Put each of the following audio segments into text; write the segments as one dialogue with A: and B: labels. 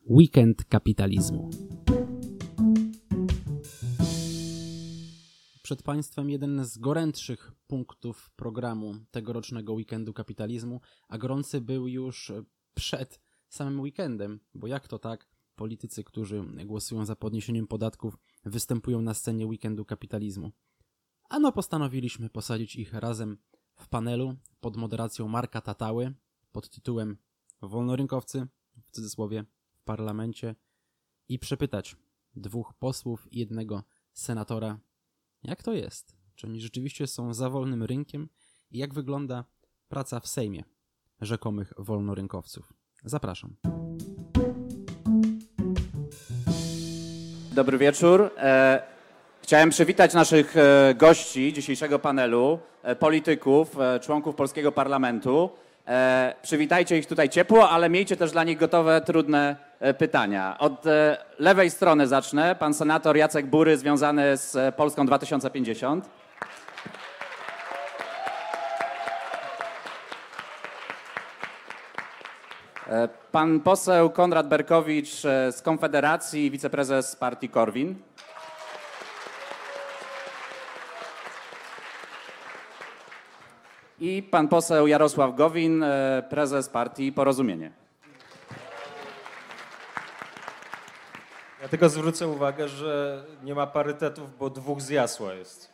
A: Weekend kapitalizmu. Przed Państwem jeden z gorętszych punktów programu tegorocznego Weekendu kapitalizmu, a gorący był już przed samym weekendem, bo jak to tak? Politycy, którzy głosują za podniesieniem podatków, występują na scenie Weekendu kapitalizmu. Ano postanowiliśmy posadzić ich razem w panelu pod moderacją Marka Tatały pod tytułem Wolnorynkowcy, w cudzysłowie, w parlamencie i przepytać dwóch posłów i jednego senatora, jak to jest, czy oni rzeczywiście są za wolnym rynkiem i jak wygląda praca w Sejmie rzekomych wolnorynkowców. Zapraszam.
B: Dobry wieczór. Chciałem przywitać naszych gości dzisiejszego panelu, polityków, członków polskiego parlamentu. Przywitajcie ich tutaj ciepło, ale miejcie też dla nich gotowe trudne pytania. Od lewej strony zacznę. Pan senator Jacek Bury, związany z Polską 2050. Pan poseł Konrad Berkowicz z Konfederacji, wiceprezes partii Korwin. I pan poseł Jarosław Gowin, prezes partii Porozumienie.
C: Ja tylko zwrócę uwagę, że nie ma parytetów, bo dwóch z Jasła jest.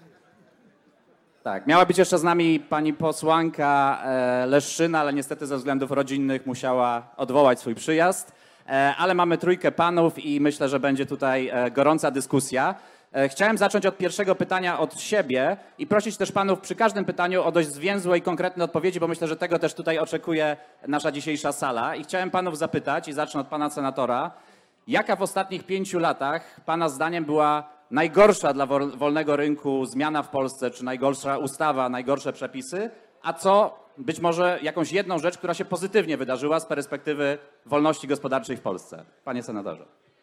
B: Tak, miała być jeszcze z nami pani posłanka Leszczyna, ale niestety ze względów rodzinnych musiała odwołać swój przyjazd. Ale mamy trójkę panów i myślę, że będzie tutaj gorąca dyskusja. Chciałem zacząć od pierwszego pytania od siebie i prosić też panów przy każdym pytaniu o dość zwięzłe i konkretne odpowiedzi, bo myślę, że tego też tutaj oczekuje nasza dzisiejsza sala. I chciałem panów zapytać, i zacznę od pana senatora, jaka w ostatnich 5 latach pana zdaniem była najgorsza dla wolnego rynku zmiana w Polsce, czy najgorsza ustawa, najgorsze przepisy, a co być może jakąś jedną rzecz, która się pozytywnie wydarzyła z perspektywy wolności gospodarczej w Polsce? Panie senatorze.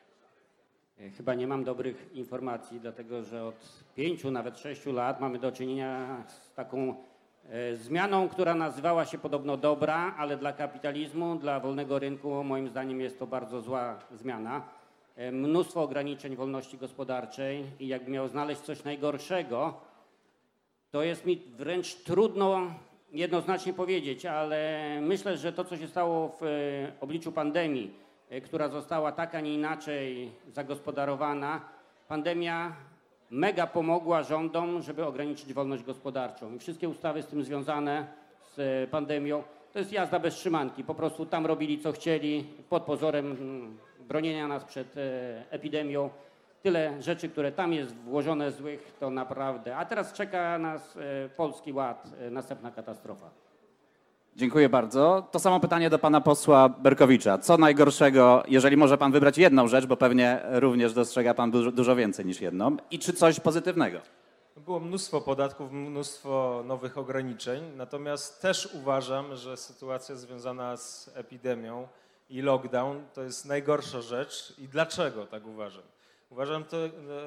D: Chyba nie mam dobrych informacji, dlatego że od 5, nawet 6 lat mamy do czynienia z taką zmianą, która nazywała się podobno dobra, ale dla kapitalizmu, dla wolnego rynku moim zdaniem jest to bardzo zła zmiana. Mnóstwo ograniczeń wolności gospodarczej i jakbym miał znaleźć coś najgorszego, to jest mi wręcz trudno jednoznacznie powiedzieć, ale myślę, że to, co się stało w obliczu pandemii, która została tak, a nie inaczej zagospodarowana, pandemia mega pomogła rządom, żeby ograniczyć wolność gospodarczą. I wszystkie ustawy z tym związane z pandemią, to jest jazda bez trzymanki. Po prostu tam robili, co chcieli, pod pozorem bronienia nas przed epidemią. Tyle rzeczy, które tam jest włożone złych, to naprawdę. A teraz czeka nas Polski Ład, następna katastrofa.
B: Dziękuję bardzo. To samo pytanie do pana posła Berkowicza. Co najgorszego, jeżeli może pan wybrać jedną rzecz, bo pewnie również dostrzega pan dużo więcej niż jedną, i czy coś pozytywnego?
C: Było mnóstwo podatków, mnóstwo nowych ograniczeń, natomiast też uważam, że sytuacja związana z epidemią i lockdown to jest najgorsza rzecz. I dlaczego tak uważam? Uważam to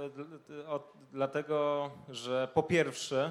C: dlatego, że po pierwsze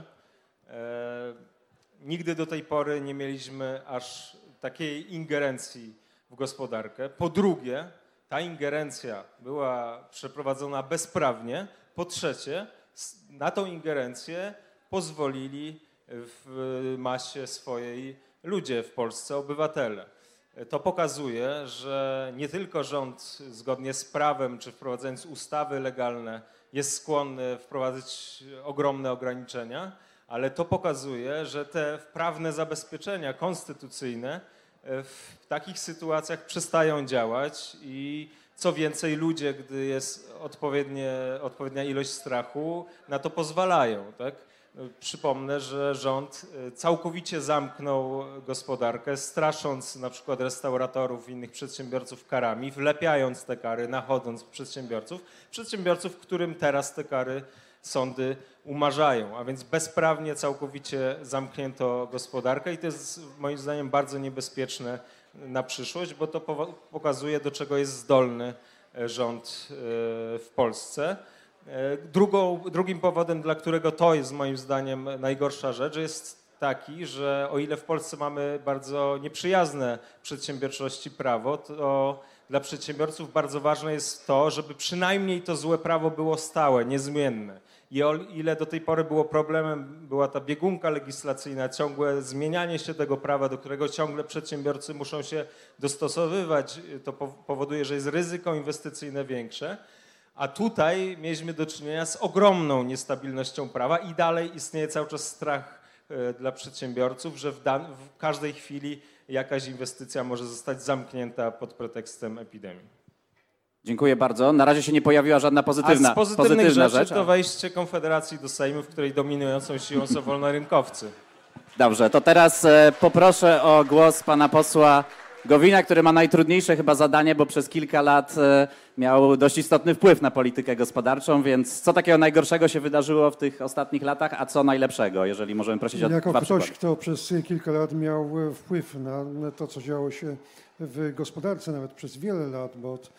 C: nigdy do tej pory nie mieliśmy aż takiej ingerencji w gospodarkę. Po drugie, ta ingerencja była przeprowadzona bezprawnie. Po trzecie, na tą ingerencję pozwolili w masie swojej ludzie w Polsce, obywatele. To pokazuje, że nie tylko rząd zgodnie z prawem, czy wprowadzając ustawy legalne, jest skłonny wprowadzić ogromne ograniczenia, ale to pokazuje, że te prawne zabezpieczenia konstytucyjne w takich sytuacjach przestają działać i co więcej ludzie, gdy jest odpowiednia ilość strachu, na to pozwalają. Tak? Przypomnę, że rząd całkowicie zamknął gospodarkę, strasząc na przykład restauratorów i innych przedsiębiorców karami, wlepiając te kary, nachodząc przedsiębiorców, którym teraz te kary sądy umarzają, a więc bezprawnie całkowicie zamknięto gospodarkę i to jest moim zdaniem bardzo niebezpieczne na przyszłość, bo to pokazuje, do czego jest zdolny rząd w Polsce. Drugim powodem, dla którego to jest moim zdaniem najgorsza rzecz, jest taki, że o ile w Polsce mamy bardzo nieprzyjazne przedsiębiorczości prawo, to dla przedsiębiorców bardzo ważne jest to, żeby przynajmniej to złe prawo było stałe, niezmienne. I o ile do tej pory było problemem, była ta biegunka legislacyjna, ciągłe zmienianie się tego prawa, do którego ciągle przedsiębiorcy muszą się dostosowywać, to powoduje, że jest ryzyko inwestycyjne większe. A tutaj mieliśmy do czynienia z ogromną niestabilnością prawa i dalej istnieje cały czas strach dla przedsiębiorców, że w każdej chwili jakaś inwestycja może zostać zamknięta pod pretekstem epidemii.
B: Dziękuję bardzo. Na razie się nie pojawiła żadna pozytywna,
C: A z pozytywnych rzeczy
B: rzecz.
C: to wejście Konfederacji do Sejmu, w której dominującą siłą są wolnorynkowcy.
B: Dobrze, to teraz poproszę o głos pana posła Gowina, który ma najtrudniejsze chyba zadanie, bo przez kilka lat miał dość istotny wpływ na politykę gospodarczą, więc co takiego najgorszego się wydarzyło w tych ostatnich latach, a co najlepszego, jeżeli możemy prosić o
E: Jako
B: dwa
E: ktoś,
B: przykłady.
E: kto przez kilka lat miał wpływ na to, co działo się w gospodarce, nawet przez wiele lat, bo od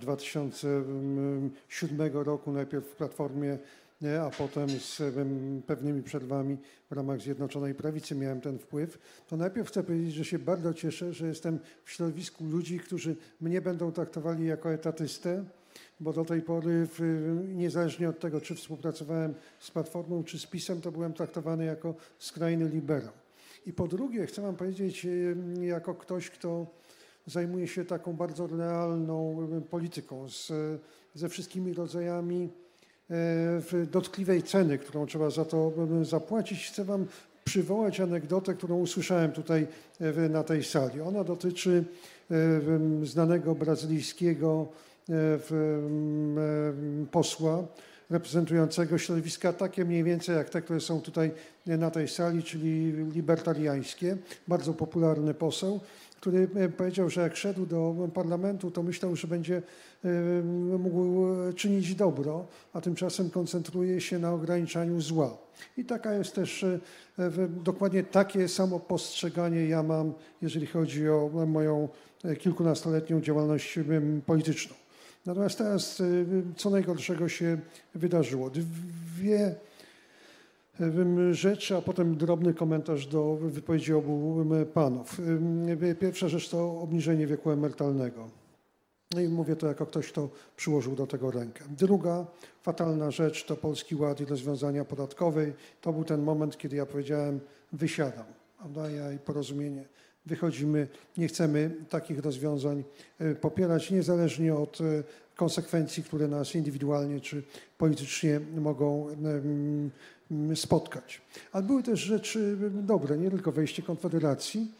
E: 2007 roku najpierw w Platformie, a potem z pewnymi przerwami w ramach Zjednoczonej Prawicy miałem ten wpływ, to najpierw chcę powiedzieć, że się bardzo cieszę, że jestem w środowisku ludzi, którzy mnie będą traktowali jako etatystę, bo do tej pory, niezależnie od tego, czy współpracowałem z Platformą, czy z PiS-em, to byłem traktowany jako skrajny liberał. I po drugie, chcę wam powiedzieć, jako ktoś, kto zajmuje się taką bardzo realną polityką, ze wszystkimi rodzajami dotkliwej ceny, którą trzeba za to zapłacić. Chcę wam przywołać anegdotę, którą usłyszałem tutaj na tej sali. Ona dotyczy znanego brazylijskiego posła reprezentującego środowiska takie mniej więcej jak te, które są tutaj na tej sali, czyli libertariańskie. Bardzo popularny poseł, który powiedział, że jak szedł do parlamentu, to myślał, że będzie mógł czynić dobro, a tymczasem koncentruje się na ograniczaniu zła. I taka jest też, dokładnie takie samo postrzeganie ja mam, jeżeli chodzi o moją kilkunastoletnią działalność polityczną. Natomiast teraz co najgorszego się wydarzyło. Dwie rzeczy, a potem drobny komentarz do wypowiedzi obu panów. Pierwsza rzecz to obniżenie wieku emerytalnego. No i mówię to jako ktoś, kto przyłożył do tego rękę. Druga fatalna rzecz to Polski Ład i rozwiązania podatkowe. To był ten moment, kiedy ja powiedziałem wysiadam, prawda? Ja i Porozumienie wychodzimy, nie chcemy takich rozwiązań popierać, niezależnie od konsekwencji, które nas indywidualnie czy politycznie mogą spotkać. Ale były też rzeczy dobre, nie tylko wejście Konfederacji,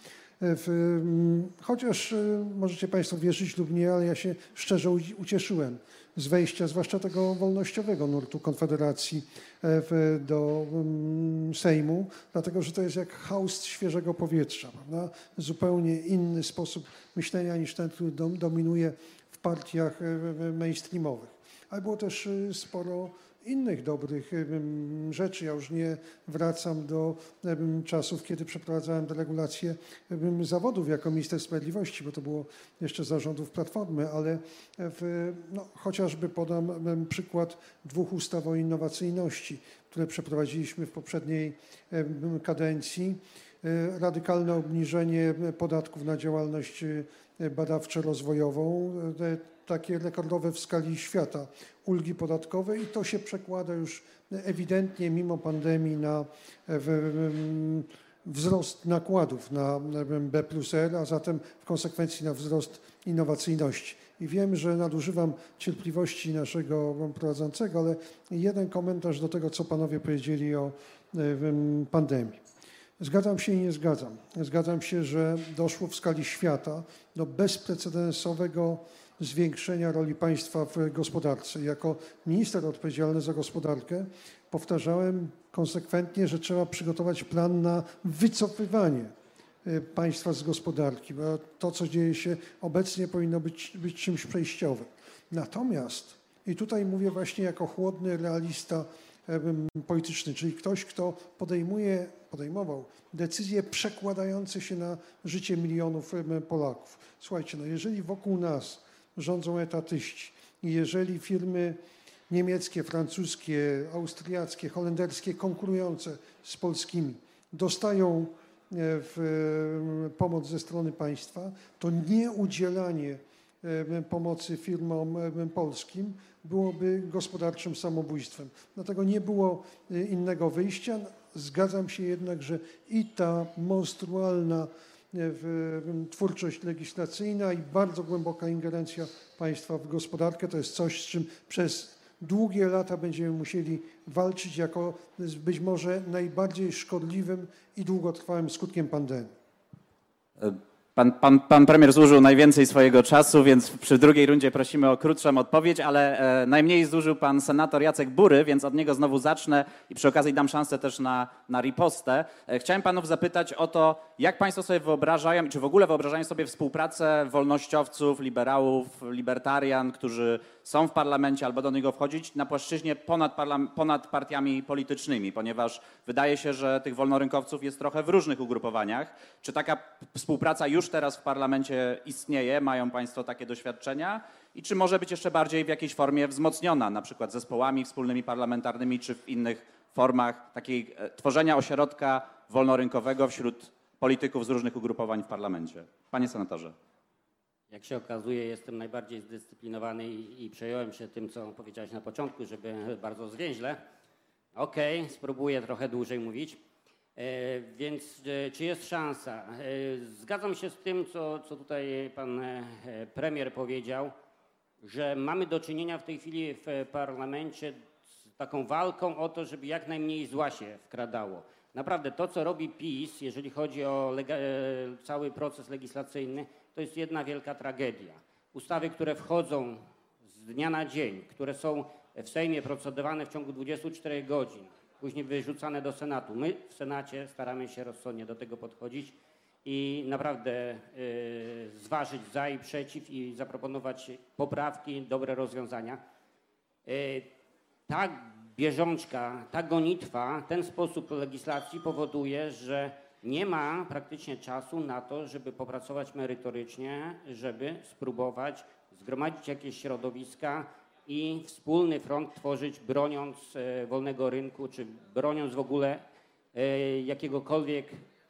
E: chociaż możecie Państwo wierzyć lub nie, ale ja się szczerze ucieszyłem z wejścia, zwłaszcza tego wolnościowego nurtu Konfederacji do Sejmu, dlatego że to jest jak haust świeżego powietrza, prawda? Zupełnie inny sposób myślenia niż ten, który dominuje w partiach mainstreamowych. Ale było też sporo innych dobrych rzeczy. Ja już nie wracam do czasów, kiedy przeprowadzałem deregulację zawodów jako minister sprawiedliwości, bo to było jeszcze za rządów Platformy, ale chociażby podam przykład 2 ustaw o innowacyjności, które przeprowadziliśmy w poprzedniej kadencji. Radykalne obniżenie podatków na działalność badawczo-rozwojową, takie rekordowe w skali świata ulgi podatkowe i to się przekłada już ewidentnie mimo pandemii na wzrost nakładów na B+R, a zatem w konsekwencji na wzrost innowacyjności. I wiem, że nadużywam cierpliwości naszego prowadzącego, ale jeden komentarz do tego, co panowie powiedzieli o pandemii. Zgadzam się i nie zgadzam. Zgadzam się, że doszło w skali świata do bezprecedensowego zwiększenia roli państwa w gospodarce. Jako minister odpowiedzialny za gospodarkę powtarzałem konsekwentnie, że trzeba przygotować plan na wycofywanie państwa z gospodarki, bo to, co dzieje się obecnie, powinno być czymś przejściowym. Natomiast, i tutaj mówię właśnie jako chłodny realista polityczny, czyli ktoś, kto podejmował decyzje przekładające się na życie milionów Polaków. Słuchajcie, no jeżeli wokół nas rządzą etatyści i jeżeli firmy niemieckie, francuskie, austriackie, holenderskie konkurujące z polskimi dostają pomoc ze strony państwa, to nieudzielanie pomocy firmom polskim byłoby gospodarczym samobójstwem. Dlatego nie było innego wyjścia. Zgadzam się jednak, że i ta monstrualna twórczość legislacyjna i bardzo głęboka ingerencja państwa w gospodarkę to jest coś, z czym przez długie lata będziemy musieli walczyć jako z być może najbardziej szkodliwym i długotrwałym skutkiem pandemii.
B: Pan premier zużył najwięcej swojego czasu, więc przy drugiej rundzie prosimy o krótszą odpowiedź, ale najmniej zużył pan senator Jacek Bury, więc od niego znowu zacznę i przy okazji dam szansę też na ripostę. Chciałem panów zapytać o to, jak państwo sobie wyobrażają, czy w ogóle wyobrażają sobie współpracę wolnościowców, liberałów, libertarian, którzy są w parlamencie albo do niego wchodzić na płaszczyźnie ponad partiami politycznymi, ponieważ wydaje się, że tych wolnorynkowców jest trochę w różnych ugrupowaniach. Czy taka współpraca już teraz w parlamencie istnieje? Mają państwo takie doświadczenia? I czy może być jeszcze bardziej w jakiejś formie wzmocniona, na przykład zespołami wspólnymi parlamentarnymi, czy w innych formach takiej tworzenia ośrodka wolnorynkowego wśród polityków z różnych ugrupowań w parlamencie? Panie senatorze.
D: Jak się okazuje, jestem najbardziej zdyscyplinowany i przejąłem się tym, co powiedziałeś na początku, żeby bardzo zwięźle. Okej, spróbuję trochę dłużej mówić. Więc czy jest szansa? Zgadzam się z tym, co tutaj pan premier powiedział, że mamy do czynienia w tej chwili w parlamencie z taką walką o to, żeby jak najmniej zła się wkradało. Naprawdę to, co robi PiS, jeżeli chodzi o cały proces legislacyjny, to jest jedna wielka tragedia. Ustawy, które wchodzą z dnia na dzień, które są w Sejmie procedowane w ciągu 24 godzin, później wyrzucane do Senatu. My w Senacie staramy się rozsądnie do tego podchodzić i naprawdę zważyć za i przeciw i zaproponować poprawki, dobre rozwiązania. Ta bieżączka, ta gonitwa, ten sposób legislacji powoduje, że nie ma praktycznie czasu na to, żeby popracować merytorycznie, żeby spróbować zgromadzić jakieś środowiska i wspólny front tworzyć, broniąc wolnego rynku, czy broniąc w ogóle jakiegokolwiek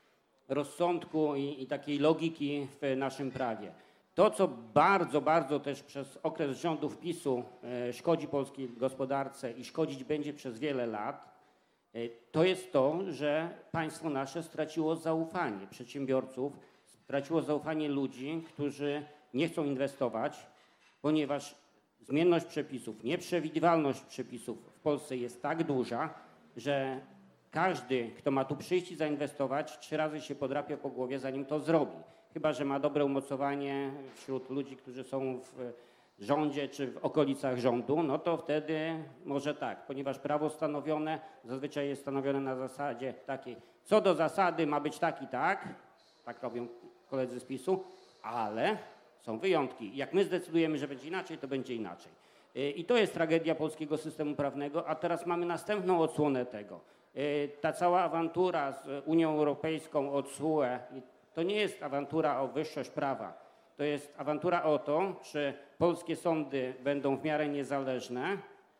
D: rozsądku i takiej logiki w naszym prawie. To, co bardzo, bardzo też przez okres rządów PiS-u szkodzi polskiej gospodarce i szkodzić będzie przez wiele lat, to jest to, że państwo nasze straciło zaufanie przedsiębiorców, straciło zaufanie ludzi, którzy nie chcą inwestować, ponieważ zmienność przepisów, nieprzewidywalność przepisów w Polsce jest tak duża, że każdy, kto ma tu przyjść i zainwestować, 3 razy się podrapie po głowie, zanim to zrobi. Chyba że ma dobre umocowanie wśród ludzi, którzy są w rządzie czy w okolicach rządu, no to wtedy może tak, ponieważ prawo stanowione zazwyczaj jest stanowione na zasadzie takiej, co do zasady ma być tak i tak robią koledzy z PiS-u, ale są wyjątki. Jak my zdecydujemy, że będzie inaczej, to będzie inaczej. I to jest tragedia polskiego systemu prawnego, a teraz mamy następną odsłonę tego. Ta cała awantura z Unią Europejską o TSUE, to nie jest awantura o wyższość prawa. To jest awantura o to, czy polskie sądy będą w miarę niezależne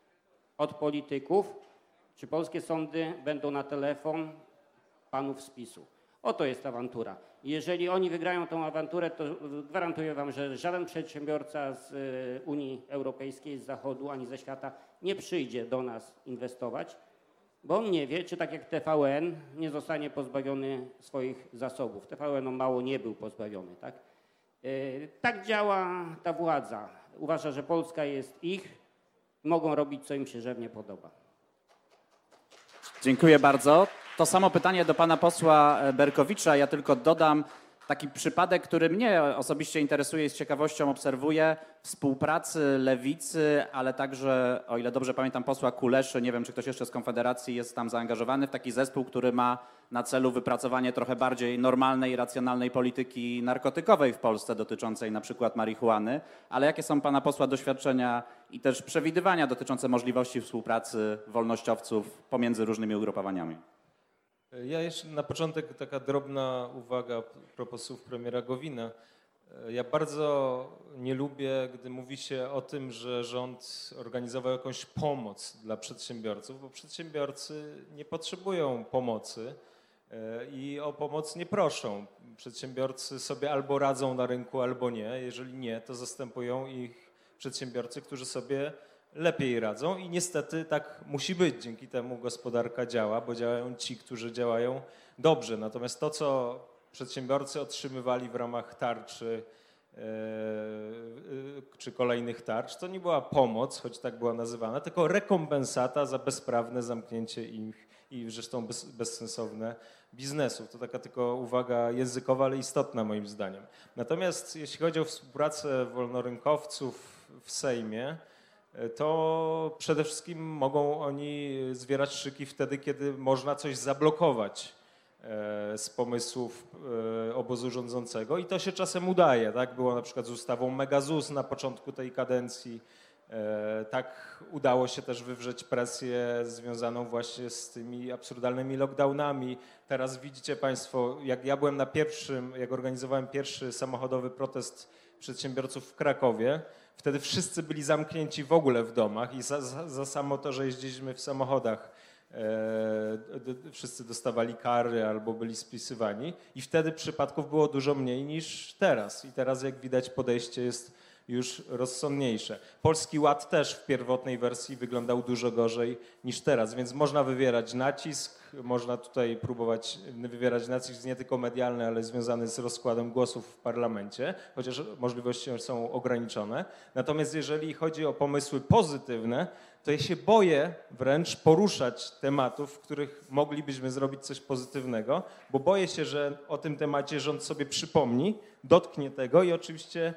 D: od polityków, czy polskie sądy będą na telefon panów z PiS-u. Oto jest awantura. Jeżeli oni wygrają tą awanturę, to gwarantuję wam, że żaden przedsiębiorca z Unii Europejskiej, z Zachodu ani ze świata nie przyjdzie do nas inwestować, bo on nie wie, czy tak jak TVN nie zostanie pozbawiony swoich zasobów. TVN mało nie był pozbawiony, tak? Tak działa ta władza. Uważa, że Polska jest ich, mogą robić, co im się żywnie podoba.
B: Dziękuję bardzo. To samo pytanie do pana posła Berkowicza. Ja tylko dodam taki przypadek, który mnie osobiście interesuje i z ciekawością obserwuję. Współpracy Lewicy, ale także, o ile dobrze pamiętam, posła Kuleszy, nie wiem, czy ktoś jeszcze z Konfederacji jest tam zaangażowany w taki zespół, który ma na celu wypracowanie trochę bardziej normalnej, racjonalnej polityki narkotykowej w Polsce dotyczącej na przykład marihuany. Ale jakie są pana posła doświadczenia i też przewidywania dotyczące możliwości współpracy wolnościowców pomiędzy różnymi ugrupowaniami?
C: Ja jeszcze na początek taka drobna uwaga a propos słów premiera Gowina. Ja bardzo nie lubię, gdy mówi się o tym, że rząd organizował jakąś pomoc dla przedsiębiorców, bo przedsiębiorcy nie potrzebują pomocy. i o pomoc nie proszą. Przedsiębiorcy sobie albo radzą na rynku, albo nie. Jeżeli nie, to zastępują ich przedsiębiorcy, którzy sobie lepiej radzą i niestety tak musi być. Dzięki temu gospodarka działa, bo działają ci, którzy działają dobrze. Natomiast to, co przedsiębiorcy otrzymywali w ramach tarczy czy kolejnych tarcz, to nie była pomoc, choć tak była nazywana, tylko rekompensata za bezprawne zamknięcie ich i zresztą bezsensowne biznesów. To taka tylko uwaga językowa, ale istotna moim zdaniem. Natomiast jeśli chodzi o współpracę wolnorynkowców w Sejmie, to przede wszystkim mogą oni zwierać szyki wtedy, kiedy można coś zablokować z pomysłów obozu rządzącego i to się czasem udaje. Tak było na przykład z ustawą Megazus na początku tej kadencji. Tak udało się też wywrzeć presję związaną właśnie z tymi absurdalnymi lockdownami. Teraz widzicie Państwo, jak ja byłem jak organizowałem pierwszy samochodowy protest przedsiębiorców w Krakowie, wtedy wszyscy byli zamknięci w ogóle w domach i za samo to, że jeździliśmy w samochodach, wszyscy dostawali kary albo byli spisywani i wtedy przypadków było dużo mniej niż teraz. I teraz, jak widać, podejście jest już rozsądniejsze. Polski Ład też w pierwotnej wersji wyglądał dużo gorzej niż teraz, więc można wywierać nacisk, można tutaj próbować wywierać nacisk nie tylko medialny, ale związany z rozkładem głosów w parlamencie, chociaż możliwości są ograniczone. Natomiast jeżeli chodzi o pomysły pozytywne, to ja się boję wręcz poruszać tematów, w których moglibyśmy zrobić coś pozytywnego, bo boję się, że o tym temacie rząd sobie przypomni, dotknie tego i oczywiście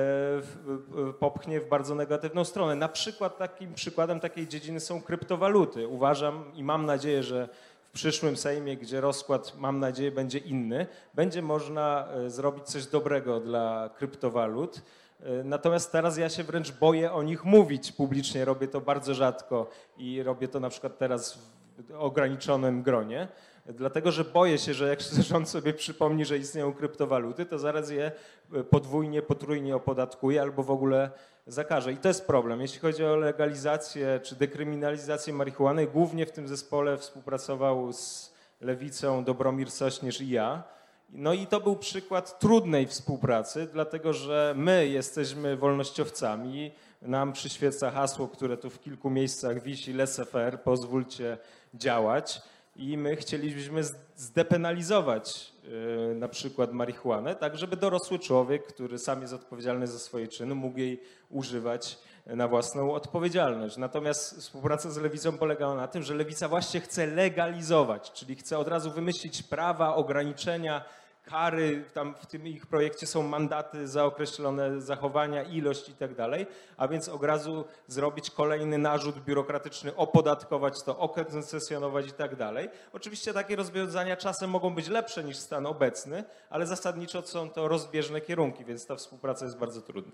C: popchnie w bardzo negatywną stronę. Na przykład takim przykładem takiej dziedziny są kryptowaluty. Uważam i mam nadzieję, że w przyszłym Sejmie, gdzie rozkład, mam nadzieję, będzie inny, będzie można zrobić coś dobrego dla kryptowalut. Natomiast teraz ja się wręcz boję o nich mówić publicznie. Robię to bardzo rzadko i robię to na przykład teraz w ograniczonym gronie, dlatego że boję się, że jak rząd sobie przypomni, że istnieją kryptowaluty, to zaraz je podwójnie, potrójnie opodatkuje albo w ogóle zakaże. I to jest problem. Jeśli chodzi o legalizację czy dekryminalizację marihuany, głównie w tym zespole współpracował z Lewicą Dobromir Sośnierz i ja. No i to był przykład trudnej współpracy, dlatego że my jesteśmy wolnościowcami, nam przyświeca hasło, które tu w kilku miejscach wisi, laissez-faire, pozwólcie działać i my chcielibyśmy zdepenalizować na przykład marihuanę, tak żeby dorosły człowiek, który sam jest odpowiedzialny za swoje czyny, mógł jej używać na własną odpowiedzialność. Natomiast współpraca z Lewicą polegała na tym, że Lewica właśnie chce legalizować, czyli chce od razu wymyślić prawa, ograniczenia, kary, tam w tym ich projekcie są mandaty za określone zachowania, ilość i tak dalej, a więc od razu zrobić kolejny narzut biurokratyczny, opodatkować to, okoncesjonować i tak dalej. Oczywiście takie rozwiązania czasem mogą być lepsze niż stan obecny, ale zasadniczo są to rozbieżne kierunki, więc ta współpraca jest bardzo trudna.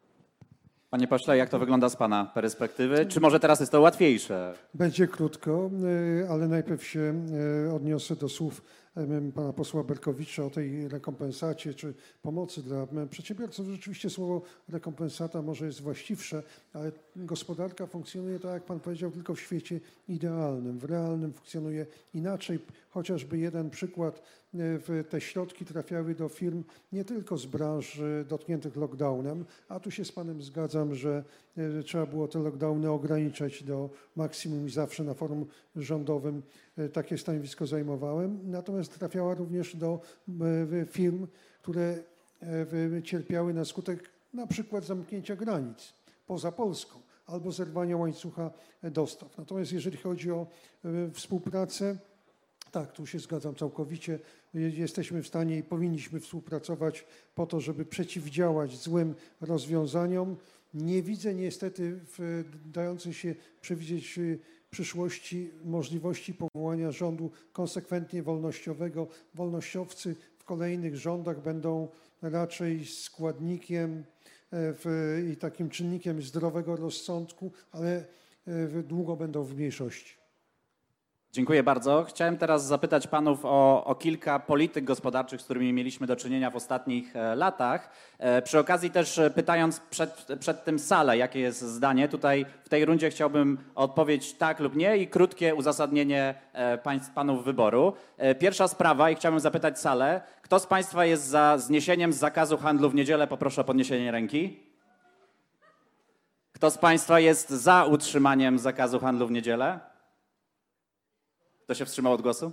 B: Panie pośle, jak to wygląda z pana perspektywy? Czy może teraz jest to łatwiejsze?
E: Będzie krótko, ale najpierw się odniosę do słów pana posła Berkowicza o tej rekompensacie czy pomocy dla przedsiębiorców. Rzeczywiście słowo rekompensata może jest właściwsze, ale gospodarka funkcjonuje tak, jak pan powiedział, tylko w świecie idealnym. W realnym funkcjonuje inaczej. Chociażby jeden przykład, te środki trafiały do firm nie tylko z branży dotkniętych lockdownem, a tu się z panem zgadzam, że trzeba było te lockdowny ograniczać do maksimum i zawsze na forum rządowym takie stanowisko zajmowałem. Natomiast trafiała również do firm, które cierpiały na skutek na przykład zamknięcia granic poza Polską albo zerwania łańcucha dostaw. Natomiast jeżeli chodzi o współpracę, tak, tu się zgadzam całkowicie. Jesteśmy w stanie i powinniśmy współpracować po to, żeby przeciwdziałać złym rozwiązaniom. Nie widzę niestety w dającej się przewidzieć przyszłości możliwości powołania rządu konsekwentnie wolnościowego. Wolnościowcy w kolejnych rządach będą raczej składnikiem i takim czynnikiem zdrowego rozsądku, ale długo będą w mniejszości.
B: Dziękuję bardzo. Chciałem teraz zapytać panów o kilka polityk gospodarczych, z którymi mieliśmy do czynienia w ostatnich latach. Przy okazji też pytając przed tym salę, jakie jest zdanie. Tutaj w tej rundzie chciałbym odpowiedź tak lub nie i krótkie uzasadnienie panów wyboru. Pierwsza sprawa i chciałbym zapytać salę. Kto z państwa jest za zniesieniem zakazu handlu w niedzielę? Poproszę o podniesienie ręki. Kto z państwa jest za utrzymaniem zakazu handlu w niedzielę? Kto się wstrzymał od głosu?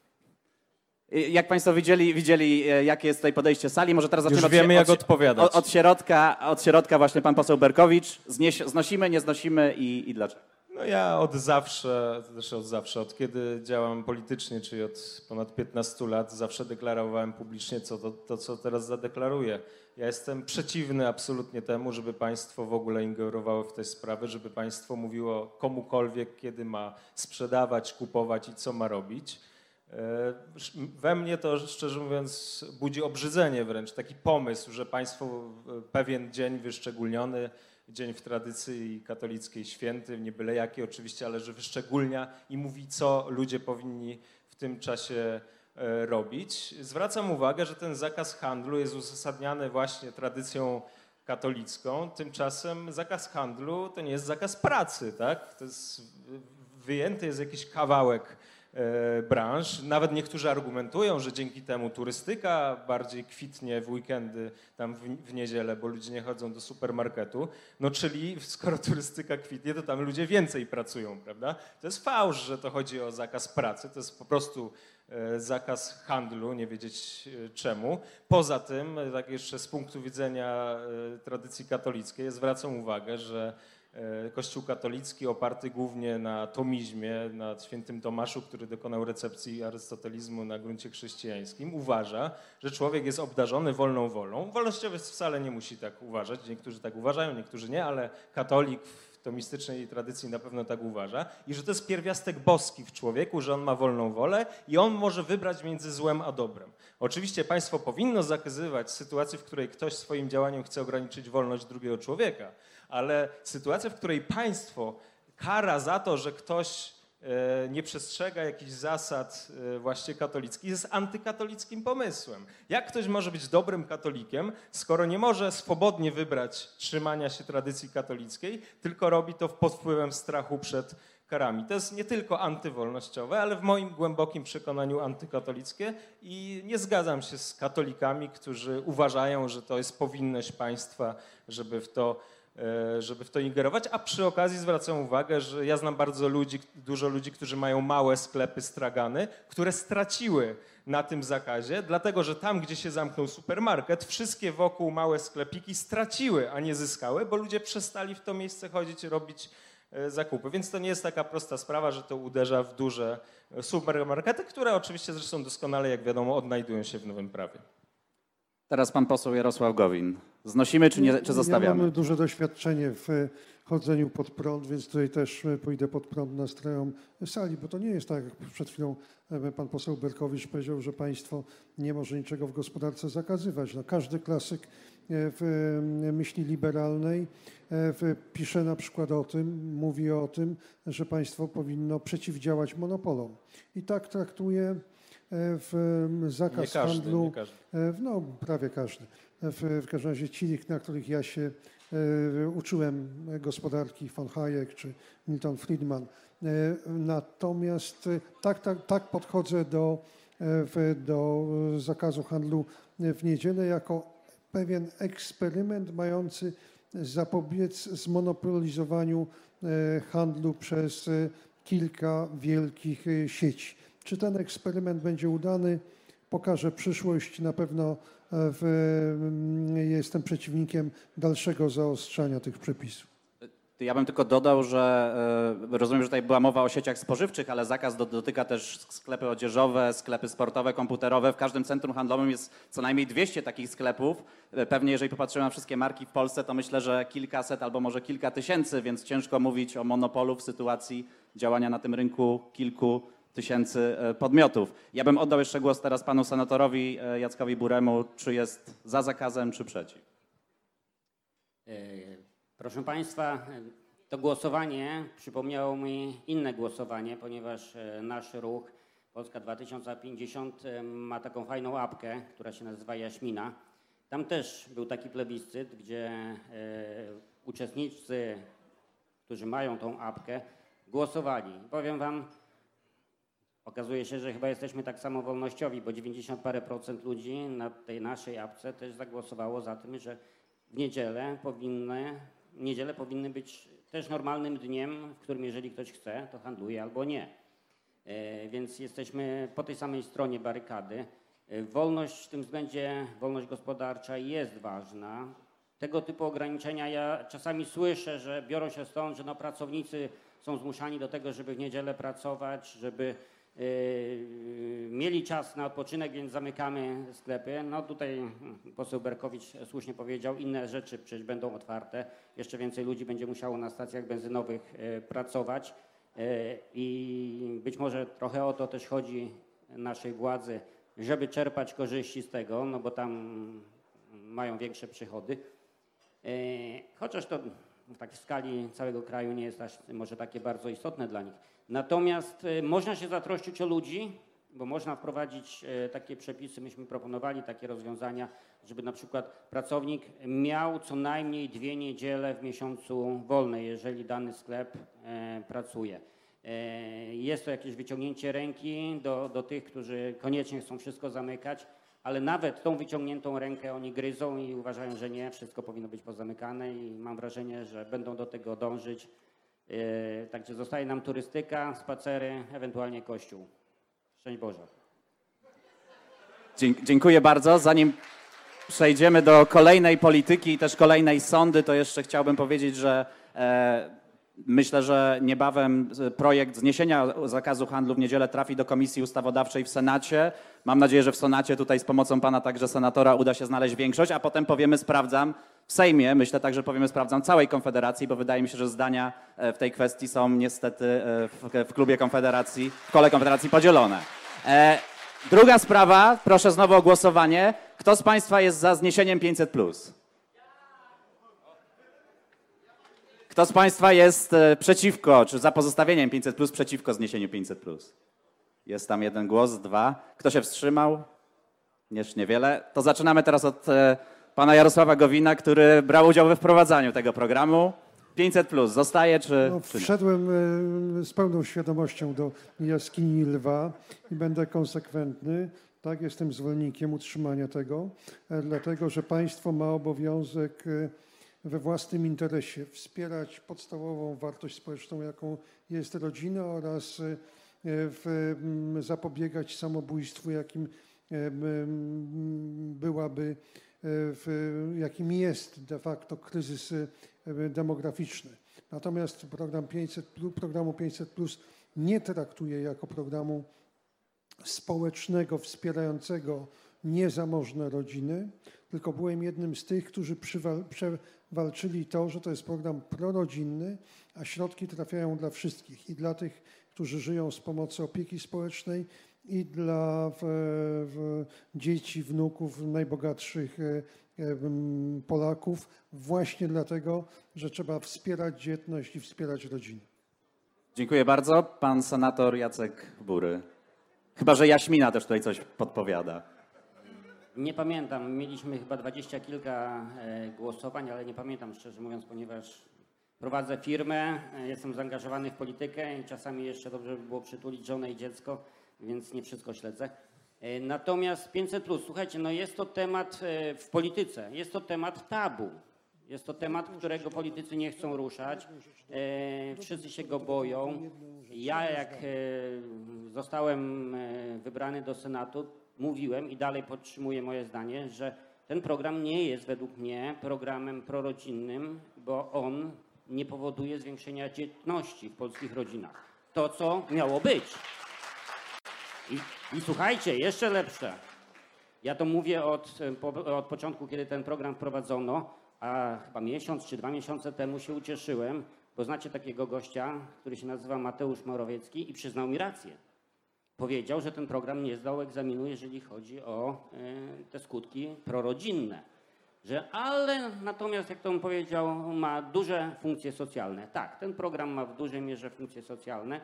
B: Jak państwo widzieli, jakie jest tutaj podejście sali, może teraz zaczniemy
C: Już wiemy, jak odpowiadać.
B: Od środka właśnie pan poseł Berkowicz. Znosimy, nie znosimy i dlaczego?
C: No ja od kiedy działam politycznie, czyli od ponad 15 lat, zawsze deklarowałem publicznie co teraz zadeklaruję. Ja jestem przeciwny absolutnie temu, żeby państwo w ogóle ingerowało w te sprawy, żeby państwo mówiło komukolwiek, kiedy ma sprzedawać, kupować i co ma robić. We mnie to, szczerze mówiąc, budzi obrzydzenie wręcz, taki pomysł, że państwo pewien dzień wyszczególniony, dzień w tradycji katolickiej święty, nie byle jaki oczywiście, ale że wyszczególnia i mówi, co ludzie powinni w tym czasie robić. Zwracam uwagę, że ten zakaz handlu jest uzasadniany właśnie tradycją katolicką, tymczasem zakaz handlu to nie jest zakaz pracy, tak? To jest wyjęty jest jakiś kawałek branż. Nawet niektórzy argumentują, że dzięki temu turystyka bardziej kwitnie w weekendy, tam w niedzielę, bo ludzie nie chodzą do supermarketu. No czyli skoro turystyka kwitnie, to tam ludzie więcej pracują, prawda? To jest fałsz, że to chodzi o zakaz pracy, to jest po prostu zakaz handlu, nie wiedzieć czemu. Poza tym, tak jeszcze z punktu widzenia tradycji katolickiej, zwracam uwagę, że Kościół katolicki oparty głównie na tomizmie, na świętym Tomaszu, który dokonał recepcji arystotelizmu na gruncie chrześcijańskim, uważa, że człowiek jest obdarzony wolną wolą. Wolnościowiec wcale nie musi tak uważać, niektórzy tak uważają, niektórzy nie, ale katolik w tomistycznej tradycji na pewno tak uważa i że to jest pierwiastek boski w człowieku, że on ma wolną wolę i on może wybrać między złem a dobrem. Oczywiście państwo powinno zakazywać sytuacji, w której ktoś swoim działaniem chce ograniczyć wolność drugiego człowieka, ale sytuacja, w której państwo kara za to, że ktoś nie przestrzega jakichś zasad właśnie katolickich, jest antykatolickim pomysłem. Jak ktoś może być dobrym katolikiem, skoro nie może swobodnie wybrać trzymania się tradycji katolickiej, tylko robi to pod wpływem strachu przed karami. To jest nie tylko antywolnościowe, ale w moim głębokim przekonaniu antykatolickie i nie zgadzam się z katolikami, którzy uważają, że to jest powinność państwa, żeby w to ingerować, a przy okazji zwracam uwagę, że ja znam dużo ludzi, którzy mają małe sklepy stragany, które straciły na tym zakazie, dlatego że tam, gdzie się zamknął supermarket, wszystkie wokół małe sklepiki straciły, a nie zyskały, bo ludzie przestali w to miejsce chodzić i robić zakupy. Więc to nie jest taka prosta sprawa, że to uderza w duże supermarkety, które oczywiście zresztą doskonale, jak wiadomo, odnajdują się w nowym prawie.
B: Teraz pan poseł Jarosław Gowin. Znosimy czy zostawiamy?
E: Ja mam duże doświadczenie w chodzeniu pod prąd, więc tutaj też pójdę pod prąd nastrojom sali, bo to nie jest tak, jak przed chwilą pan poseł Berkowicz powiedział, że państwo nie może niczego w gospodarce zakazywać. No, każdy klasyk w myśli liberalnej pisze na przykład mówi o tym, że państwo powinno przeciwdziałać monopolom. I tak traktuje zakaz handlu,
C: nie każdy.
E: No prawie każdy. W każdym razie ci, na których ja się uczyłem gospodarki, von Hayek czy Milton Friedman. Natomiast tak podchodzę do zakazu handlu w niedzielę jako pewien eksperyment mający zapobiec zmonopolizowaniu handlu przez kilka wielkich sieci. Czy ten eksperyment będzie udany, pokaże przyszłość. Na pewno jestem przeciwnikiem dalszego zaostrzania tych przepisów.
B: Ja bym tylko dodał, że rozumiem, że tutaj była mowa o sieciach spożywczych, ale zakaz dotyka też sklepy odzieżowe, sklepy sportowe, komputerowe. W każdym centrum handlowym jest co najmniej 200 takich sklepów. Pewnie jeżeli popatrzymy na wszystkie marki w Polsce, to myślę, że kilkaset albo może kilka tysięcy, więc ciężko mówić o monopolu w sytuacji działania na tym rynku kilku tysięcy podmiotów. Ja bym oddał jeszcze głos teraz panu senatorowi Jackowi Buremu, czy jest za zakazem, czy przeciw.
D: Proszę państwa, To głosowanie przypomniało mi inne głosowanie, ponieważ nasz ruch Polska 2050 ma taką fajną apkę, która się nazywa Jaśmina. Tam też był taki plebiscyt, gdzie uczestnicy, którzy mają tą apkę, głosowali. Powiem wam, okazuje się, że chyba jesteśmy tak samo wolnościowi, bo 90 parę procent ludzi na tej naszej apce też zagłosowało za tym, że w niedziele powinny być też normalnym dniem, w którym jeżeli ktoś chce, to handluje albo nie. Więc jesteśmy po tej samej stronie barykady. Wolność w tym względzie, wolność gospodarcza jest ważna. Tego typu ograniczenia ja czasami słyszę, że biorą się stąd, że no pracownicy są zmuszani do tego, żeby w niedzielę pracować, żeby mieli czas na odpoczynek, więc zamykamy sklepy. No tutaj poseł Berkowicz słusznie powiedział, inne rzeczy przecież będą otwarte. Jeszcze więcej ludzi będzie musiało na stacjach benzynowych pracować i być może trochę o to też chodzi naszej władzy, żeby czerpać korzyści z tego, no bo tam mają większe przychody. Chociaż to w skali całego kraju nie jest aż może takie bardzo istotne dla nich. Natomiast można się zatroszczyć o ludzi, bo można wprowadzić takie przepisy, myśmy proponowali takie rozwiązania, żeby na przykład pracownik miał co najmniej 2 niedziele w miesiącu wolne, jeżeli dany sklep pracuje. Jest to jakieś wyciągnięcie ręki do tych, którzy koniecznie chcą wszystko zamykać, ale nawet tą wyciągniętą rękę oni gryzą i uważają, że nie, wszystko powinno być pozamykane i mam wrażenie, że będą do tego dążyć. Także zostaje nam turystyka, spacery, ewentualnie kościół. Szczęść Boże.
B: Dziękuję bardzo. Zanim przejdziemy do kolejnej polityki i też kolejnej sądy, to jeszcze chciałbym powiedzieć, że myślę, że niebawem projekt zniesienia zakazu handlu w niedzielę trafi do Komisji Ustawodawczej w Senacie. Mam nadzieję, że w Senacie tutaj z pomocą pana także senatora uda się znaleźć większość, a potem powiemy sprawdzam w Sejmie. Myślę także powiemy sprawdzam całej Konfederacji, bo wydaje mi się, że zdania w tej kwestii są niestety w klubie Konfederacji, w kole Konfederacji podzielone. Druga sprawa, proszę znowu o głosowanie. Kto z państwa jest za zniesieniem 500+? Kto z państwa jest przeciwko, czy za pozostawieniem 500+, przeciwko zniesieniu 500+? Jest tam 1 głos, 2. Kto się wstrzymał? Niewiele. To zaczynamy teraz od pana Jarosława Gowina, który brał udział we wprowadzaniu tego programu. 500+ zostaje, czy nie?
E: Wszedłem z pełną świadomością do jaskini lwa i będę konsekwentny. Tak, jestem zwolennikiem utrzymania tego, dlatego że państwo ma obowiązek we własnym interesie wspierać podstawową wartość społeczną, jaką jest rodzina, oraz zapobiegać samobójstwu, jakim jest de facto kryzys demograficzny. Natomiast programu 500+ nie traktuje jako programu społecznego wspierającego niezamożne rodziny, tylko byłem jednym z tych, którzy przewalczyli to, że to jest program prorodzinny, a środki trafiają dla wszystkich, i dla tych, którzy żyją z pomocy opieki społecznej, i dla dzieci, wnuków najbogatszych Polaków, właśnie dlatego, że trzeba wspierać dzietność i wspierać rodziny.
B: Dziękuję bardzo. Pan senator Jacek Bury. Chyba że Jaśmina też tutaj coś podpowiada.
D: Nie pamiętam, mieliśmy chyba 20 kilka głosowań, ale nie pamiętam, szczerze mówiąc, ponieważ prowadzę firmę, jestem zaangażowany w politykę i czasami jeszcze dobrze by było przytulić żonę i dziecko, więc nie wszystko śledzę. Natomiast 500+, słuchajcie, no jest to temat w polityce, jest to temat tabu. Jest to temat, którego politycy nie chcą ruszać. Wszyscy się go boją. Ja jak zostałem wybrany do Senatu, mówiłem i dalej podtrzymuję moje zdanie, że ten program nie jest według mnie programem prorodzinnym, bo on nie powoduje zwiększenia dzietności w polskich rodzinach. To, co miało być. I słuchajcie, jeszcze lepsze. Ja to mówię od początku, kiedy ten program wprowadzono, a chyba miesiąc czy 2 miesiące temu się ucieszyłem, bo znacie takiego gościa, który się nazywa Mateusz Morawiecki i przyznał mi rację. Powiedział, że ten program nie zdał egzaminu, jeżeli chodzi o te skutki prorodzinne. ale natomiast, jak to on powiedział, ma duże funkcje socjalne. Tak, ten program ma w dużej mierze funkcje socjalne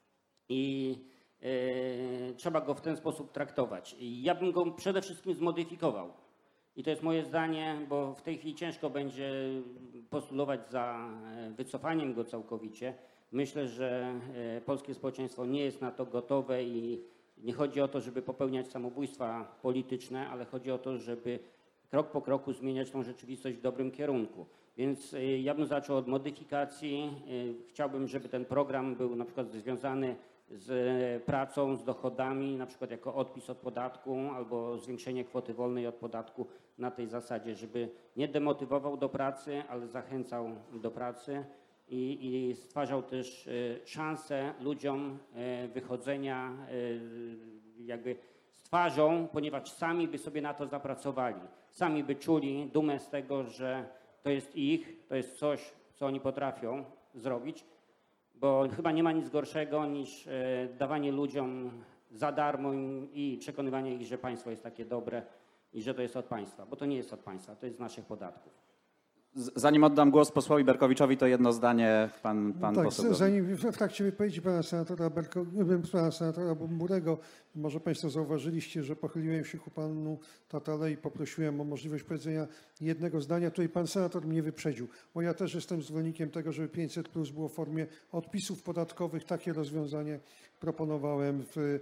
D: i trzeba go w ten sposób traktować. Ja bym go przede wszystkim zmodyfikował. I to jest moje zdanie, bo w tej chwili ciężko będzie postulować za wycofaniem go całkowicie. Myślę, że polskie społeczeństwo nie jest na to gotowe i nie chodzi o to, żeby popełniać samobójstwa polityczne, ale chodzi o to, żeby krok po kroku zmieniać tą rzeczywistość w dobrym kierunku. Więc ja bym zaczął od modyfikacji. Chciałbym, żeby ten program był na przykład związany z pracą, z dochodami, na przykład jako odpis od podatku albo zwiększenie kwoty wolnej od podatku na tej zasadzie, żeby nie demotywował do pracy, ale zachęcał do pracy i stwarzał też szansę ludziom wychodzenia jakby z twarzą, ponieważ sami by sobie na to zapracowali. Sami by czuli dumę z tego, że to jest ich, to jest coś, co oni potrafią zrobić. Bo chyba nie ma nic gorszego niż dawanie ludziom za darmo i przekonywanie ich, że państwo jest takie dobre i że to jest od państwa. Bo to nie jest od państwa, to jest z naszych podatków.
B: Zanim oddam głos posłowi Berkowiczowi, to jedno zdanie pan
E: Tak,
B: poseł.
E: zanim w trakcie wypowiedzi pana senatora Burego, może państwo zauważyliście, że pochyliłem się ku panu Tatale i poprosiłem o możliwość powiedzenia jednego zdania. Tutaj pan senator mnie wyprzedził, bo ja też jestem zwolennikiem tego, żeby 500 plus było w formie odpisów podatkowych. Takie rozwiązanie proponowałem w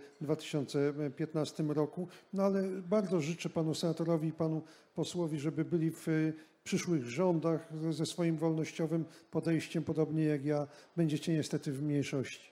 E: 2015 roku. No ale bardzo życzę panu senatorowi i panu posłowi, żeby byli w przyszłych rządach ze swoim wolnościowym podejściem, podobnie jak ja, będziecie niestety w mniejszości.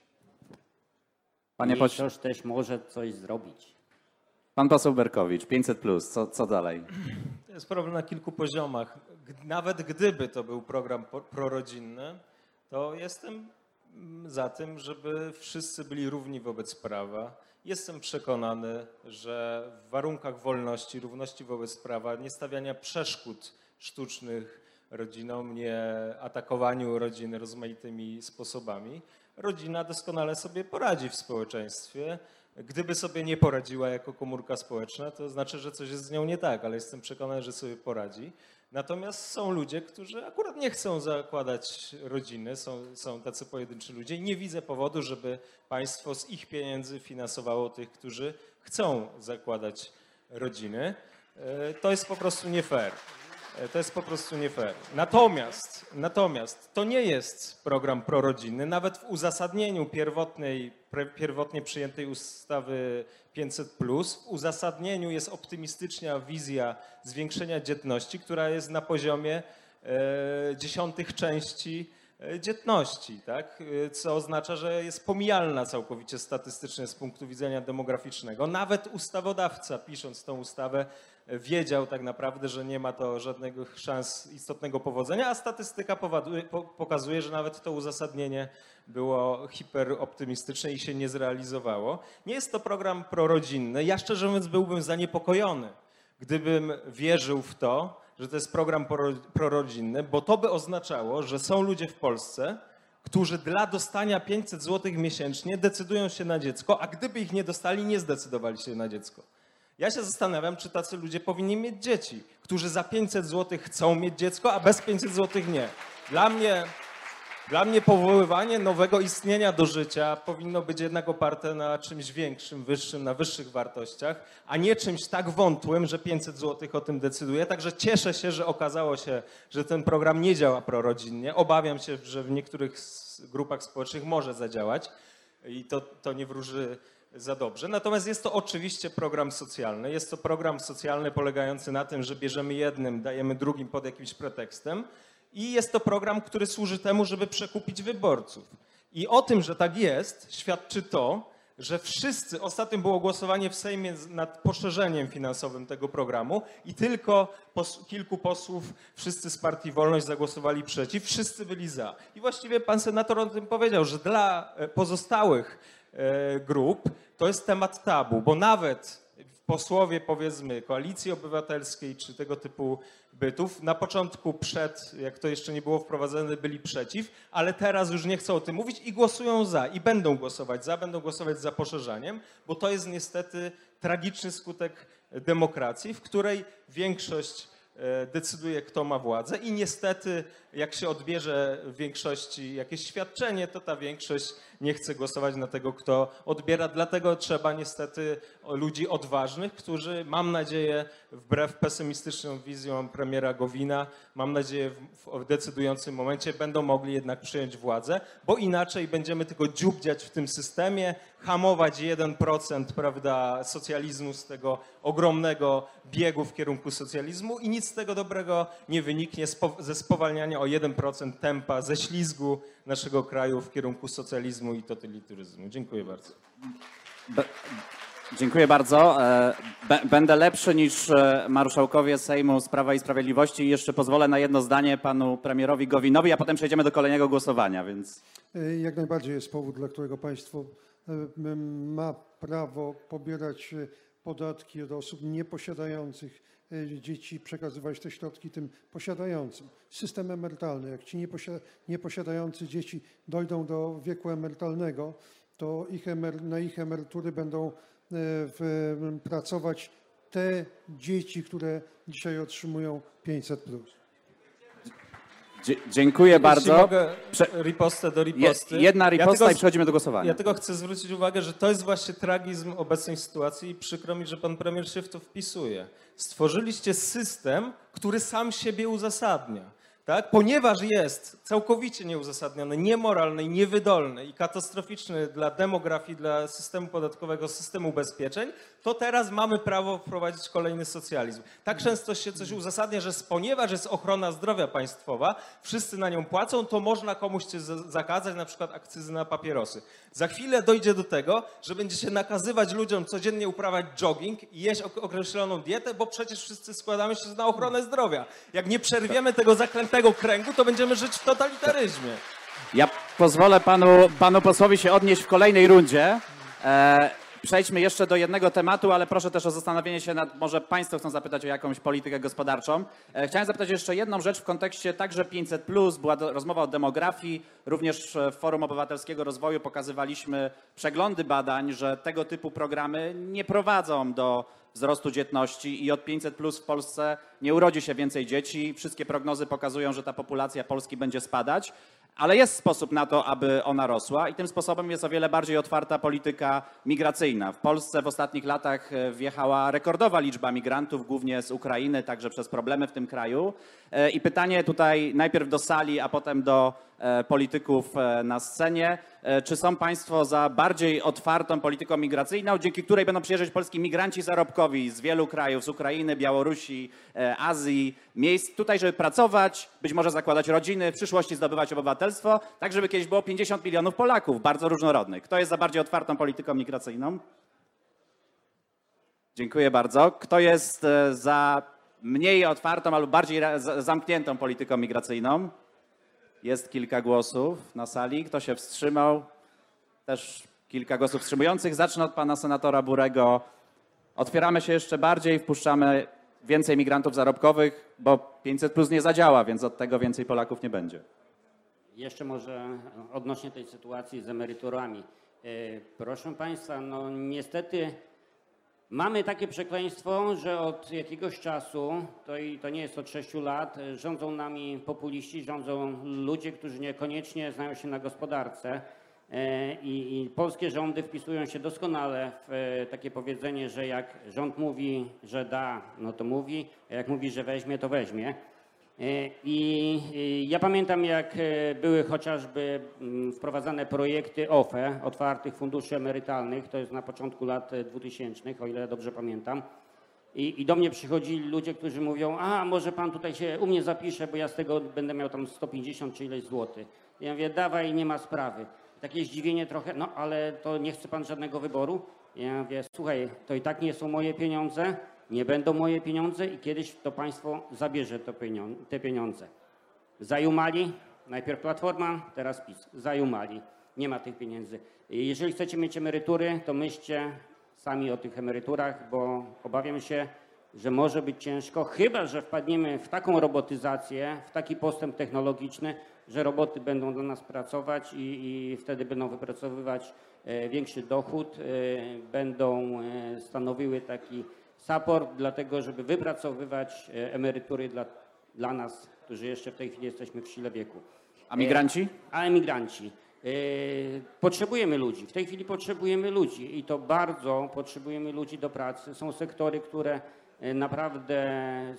D: Mniejszość też może coś zrobić.
B: Pan poseł Berkowicz, 500 plus, co dalej?
C: To jest problem na kilku poziomach. Nawet gdyby to był program prorodzinny, to jestem za tym, żeby wszyscy byli równi wobec prawa. Jestem przekonany, że w warunkach wolności, równości wobec prawa, nie stawiania przeszkód sztucznych rodzinom, nie atakowaniu rodziny rozmaitymi sposobami, rodzina doskonale sobie poradzi w społeczeństwie. Gdyby sobie nie poradziła jako komórka społeczna, to znaczy, że coś jest z nią nie tak, ale jestem przekonany, że sobie poradzi. Natomiast są ludzie, którzy akurat nie chcą zakładać rodziny, są tacy pojedynczy ludzie i nie widzę powodu, żeby państwo z ich pieniędzy finansowało tych, którzy chcą zakładać rodziny. To jest po prostu nie fair. To jest po prostu nie fair. Natomiast to nie jest program prorodzinny. Nawet w uzasadnieniu pierwotnie przyjętej ustawy 500+, w uzasadnieniu jest optymistyczna wizja zwiększenia dzietności, która jest na poziomie 10 części dzietności, tak? Co oznacza, że jest pomijalna całkowicie statystycznie z punktu widzenia demograficznego. Nawet ustawodawca, pisząc tą ustawę, wiedział tak naprawdę, że nie ma to żadnego szans istotnego powodzenia, a statystyka pokazuje, że nawet to uzasadnienie było hiperoptymistyczne i się nie zrealizowało. Nie jest to program prorodzinny. Ja szczerze mówiąc byłbym zaniepokojony, gdybym wierzył w to, że to jest program prorodzinny, bo to by oznaczało, że są ludzie w Polsce, którzy dla dostania 500 zł miesięcznie decydują się na dziecko, a gdyby ich nie dostali, nie zdecydowali się na dziecko. Ja się zastanawiam, czy tacy ludzie powinni mieć dzieci, którzy za 500 zł chcą mieć dziecko, a bez 500 zł nie. Dla mnie powoływanie nowego istnienia do życia powinno być jednak oparte na czymś większym, wyższym, na wyższych wartościach, a nie czymś tak wątłym, że 500 zł o tym decyduje. Także cieszę się, że okazało się, że ten program nie działa prorodzinnie. Obawiam się, że w niektórych grupach społecznych może zadziałać i to nie wróży za dobrze. Natomiast jest to oczywiście program socjalny. Jest to program socjalny polegający na tym, że bierzemy jednym, dajemy drugim pod jakimś pretekstem. I jest to program, który służy temu, żeby przekupić wyborców. I o tym, że tak jest, świadczy to, że wszyscy, ostatnio było głosowanie w Sejmie nad poszerzeniem finansowym tego programu i tylko kilku posłów, wszyscy z Partii Wolność zagłosowali przeciw, wszyscy byli za. I właściwie pan senator o tym powiedział, że dla pozostałych grup to jest temat tabu, bo nawet posłowie, powiedzmy, Koalicji Obywatelskiej czy tego typu bytów na początku jak to jeszcze nie było wprowadzone, byli przeciw, ale teraz już nie chcą o tym mówić i głosują za i będą głosować za poszerzaniem, bo to jest niestety tragiczny skutek demokracji, w której większość decyduje, kto ma władzę i niestety, jak się odbierze w większości jakieś świadczenie, to ta większość nie chce głosować na tego, kto odbiera. Dlatego trzeba niestety ludzi odważnych, którzy, mam nadzieję, wbrew pesymistycznym wizjom premiera Gowina, mam nadzieję w decydującym momencie będą mogli jednak przyjąć władzę, bo inaczej będziemy tylko dziubdziać w tym systemie, hamować 1%, prawda, socjalizmu z tego ogromnego biegu w kierunku socjalizmu i nic z tego dobrego nie wyniknie ze spowalniania o 1% tempa, ze ślizgu naszego kraju w kierunku socjalizmu i totalitaryzmu. Dziękuję bardzo.
B: Dziękuję bardzo. Będę lepszy niż marszałkowie Sejmu z Prawa i Sprawiedliwości i jeszcze pozwolę na jedno zdanie panu premierowi Gowinowi, a potem przejdziemy do kolejnego głosowania, więc...
E: Jak najbardziej jest powód, dla którego państwo ma prawo pobierać podatki od osób nieposiadających dzieci, przekazywać te środki tym posiadającym. System emerytalny, jak ci nieposiadający dzieci dojdą do wieku emerytalnego, to na ich emerytury będą pracować te dzieci, które dzisiaj otrzymują 500+.
B: Dziękuję bardzo.
C: Mogę ripostę do riposty.
B: Jedna riposta i przechodzimy do głosowania.
C: Ja tylko chcę zwrócić uwagę, że to jest właśnie tragizm obecnej sytuacji i przykro mi, że pan premier się w to wpisuje. Stworzyliście system, który sam siebie uzasadnia. Tak? Ponieważ jest całkowicie nieuzasadniony, niemoralny, niewydolny i katastroficzny dla demografii, dla systemu podatkowego, systemu ubezpieczeń, to teraz mamy prawo wprowadzić kolejny socjalizm. Tak często się coś uzasadnia, że ponieważ jest ochrona zdrowia państwowa, wszyscy na nią płacą, to można komuś zakazać na przykład akcyzy na papierosy. Za chwilę dojdzie do tego, że będziecie nakazywać ludziom codziennie uprawiać jogging i jeść określoną dietę, bo przecież wszyscy składamy się na ochronę zdrowia. Jak nie przerwiemy tego zaklętego kręgu, to będziemy żyć w totalitaryzmie.
B: Ja pozwolę panu posłowi się odnieść w kolejnej rundzie. Przejdźmy jeszcze do jednego tematu, ale proszę też o zastanowienie się nad, może państwo chcą zapytać o jakąś politykę gospodarczą. Chciałem zapytać jeszcze jedną rzecz w kontekście także 500+, była rozmowa o demografii, również w Forum Obywatelskiego Rozwoju pokazywaliśmy przeglądy badań, że tego typu programy nie prowadzą do wzrostu dzietności i od 500+ w Polsce nie urodzi się więcej dzieci. Wszystkie prognozy pokazują, że ta populacja Polski będzie spadać. Ale jest sposób na to, aby ona rosła i tym sposobem jest o wiele bardziej otwarta polityka migracyjna. W Polsce w ostatnich latach wjechała rekordowa liczba migrantów, głównie z Ukrainy, także przez problemy w tym kraju. I pytanie tutaj najpierw do sali, a potem do polityków na scenie. Czy są państwo za bardziej otwartą polityką migracyjną, dzięki której będą przyjeżdżać polski migranci zarobkowi z wielu krajów, z Ukrainy, Białorusi, Azji, miejsc tutaj, żeby pracować, być może zakładać rodziny, w przyszłości zdobywać obywatelstwo, tak żeby kiedyś było 50 milionów Polaków, bardzo różnorodnych. Kto jest za bardziej otwartą polityką migracyjną? Dziękuję bardzo. Kto jest za mniej otwartą albo bardziej zamkniętą polityką migracyjną? Jest kilka głosów na sali. Kto się wstrzymał? Też kilka głosów wstrzymujących. Zacznę od pana senatora Burego. Otwieramy się jeszcze bardziej, wpuszczamy więcej migrantów zarobkowych, bo 500+ nie zadziała, więc od tego więcej Polaków nie będzie.
D: Jeszcze może odnośnie tej sytuacji z emeryturami. Proszę państwa, no niestety mamy takie przekleństwo, że od jakiegoś czasu, to nie jest od 6 lat, rządzą nami populiści, rządzą ludzie, którzy niekoniecznie znają się na gospodarce i polskie rządy wpisują się doskonale w takie powiedzenie, że jak rząd mówi, że da, no to mówi, a jak mówi, że weźmie, to weźmie. I ja pamiętam, jak były chociażby wprowadzane projekty OFE, otwartych funduszy emerytalnych, to jest na początku lat 2000, o ile dobrze pamiętam. I do mnie przychodzili ludzie, którzy mówią, a może pan tutaj się u mnie zapisze, bo ja z tego będę miał tam 150 czy ileś złotych. Ja mówię, dawaj, nie ma sprawy. Takie zdziwienie trochę, no ale to nie chce pan żadnego wyboru? Ja mówię, słuchaj, to i tak nie są moje pieniądze. Nie będą moje pieniądze i kiedyś to państwo zabierze te pieniądze. Zajumali, najpierw Platforma, teraz PiS. Zajumali, nie ma tych pieniędzy. Jeżeli chcecie mieć emerytury, to myślcie sami o tych emeryturach, bo obawiam się, że może być ciężko, chyba że wpadniemy w taką robotyzację, w taki postęp technologiczny, że roboty będą dla nas pracować i wtedy będą wypracowywać większy dochód, będą stanowiły taki support dlatego, żeby wypracowywać emerytury dla nas, którzy jeszcze w tej chwili jesteśmy w sile wieku.
B: A migranci?
D: A emigranci. Potrzebujemy ludzi. W tej chwili potrzebujemy ludzi i to bardzo potrzebujemy ludzi do pracy. Są sektory, które naprawdę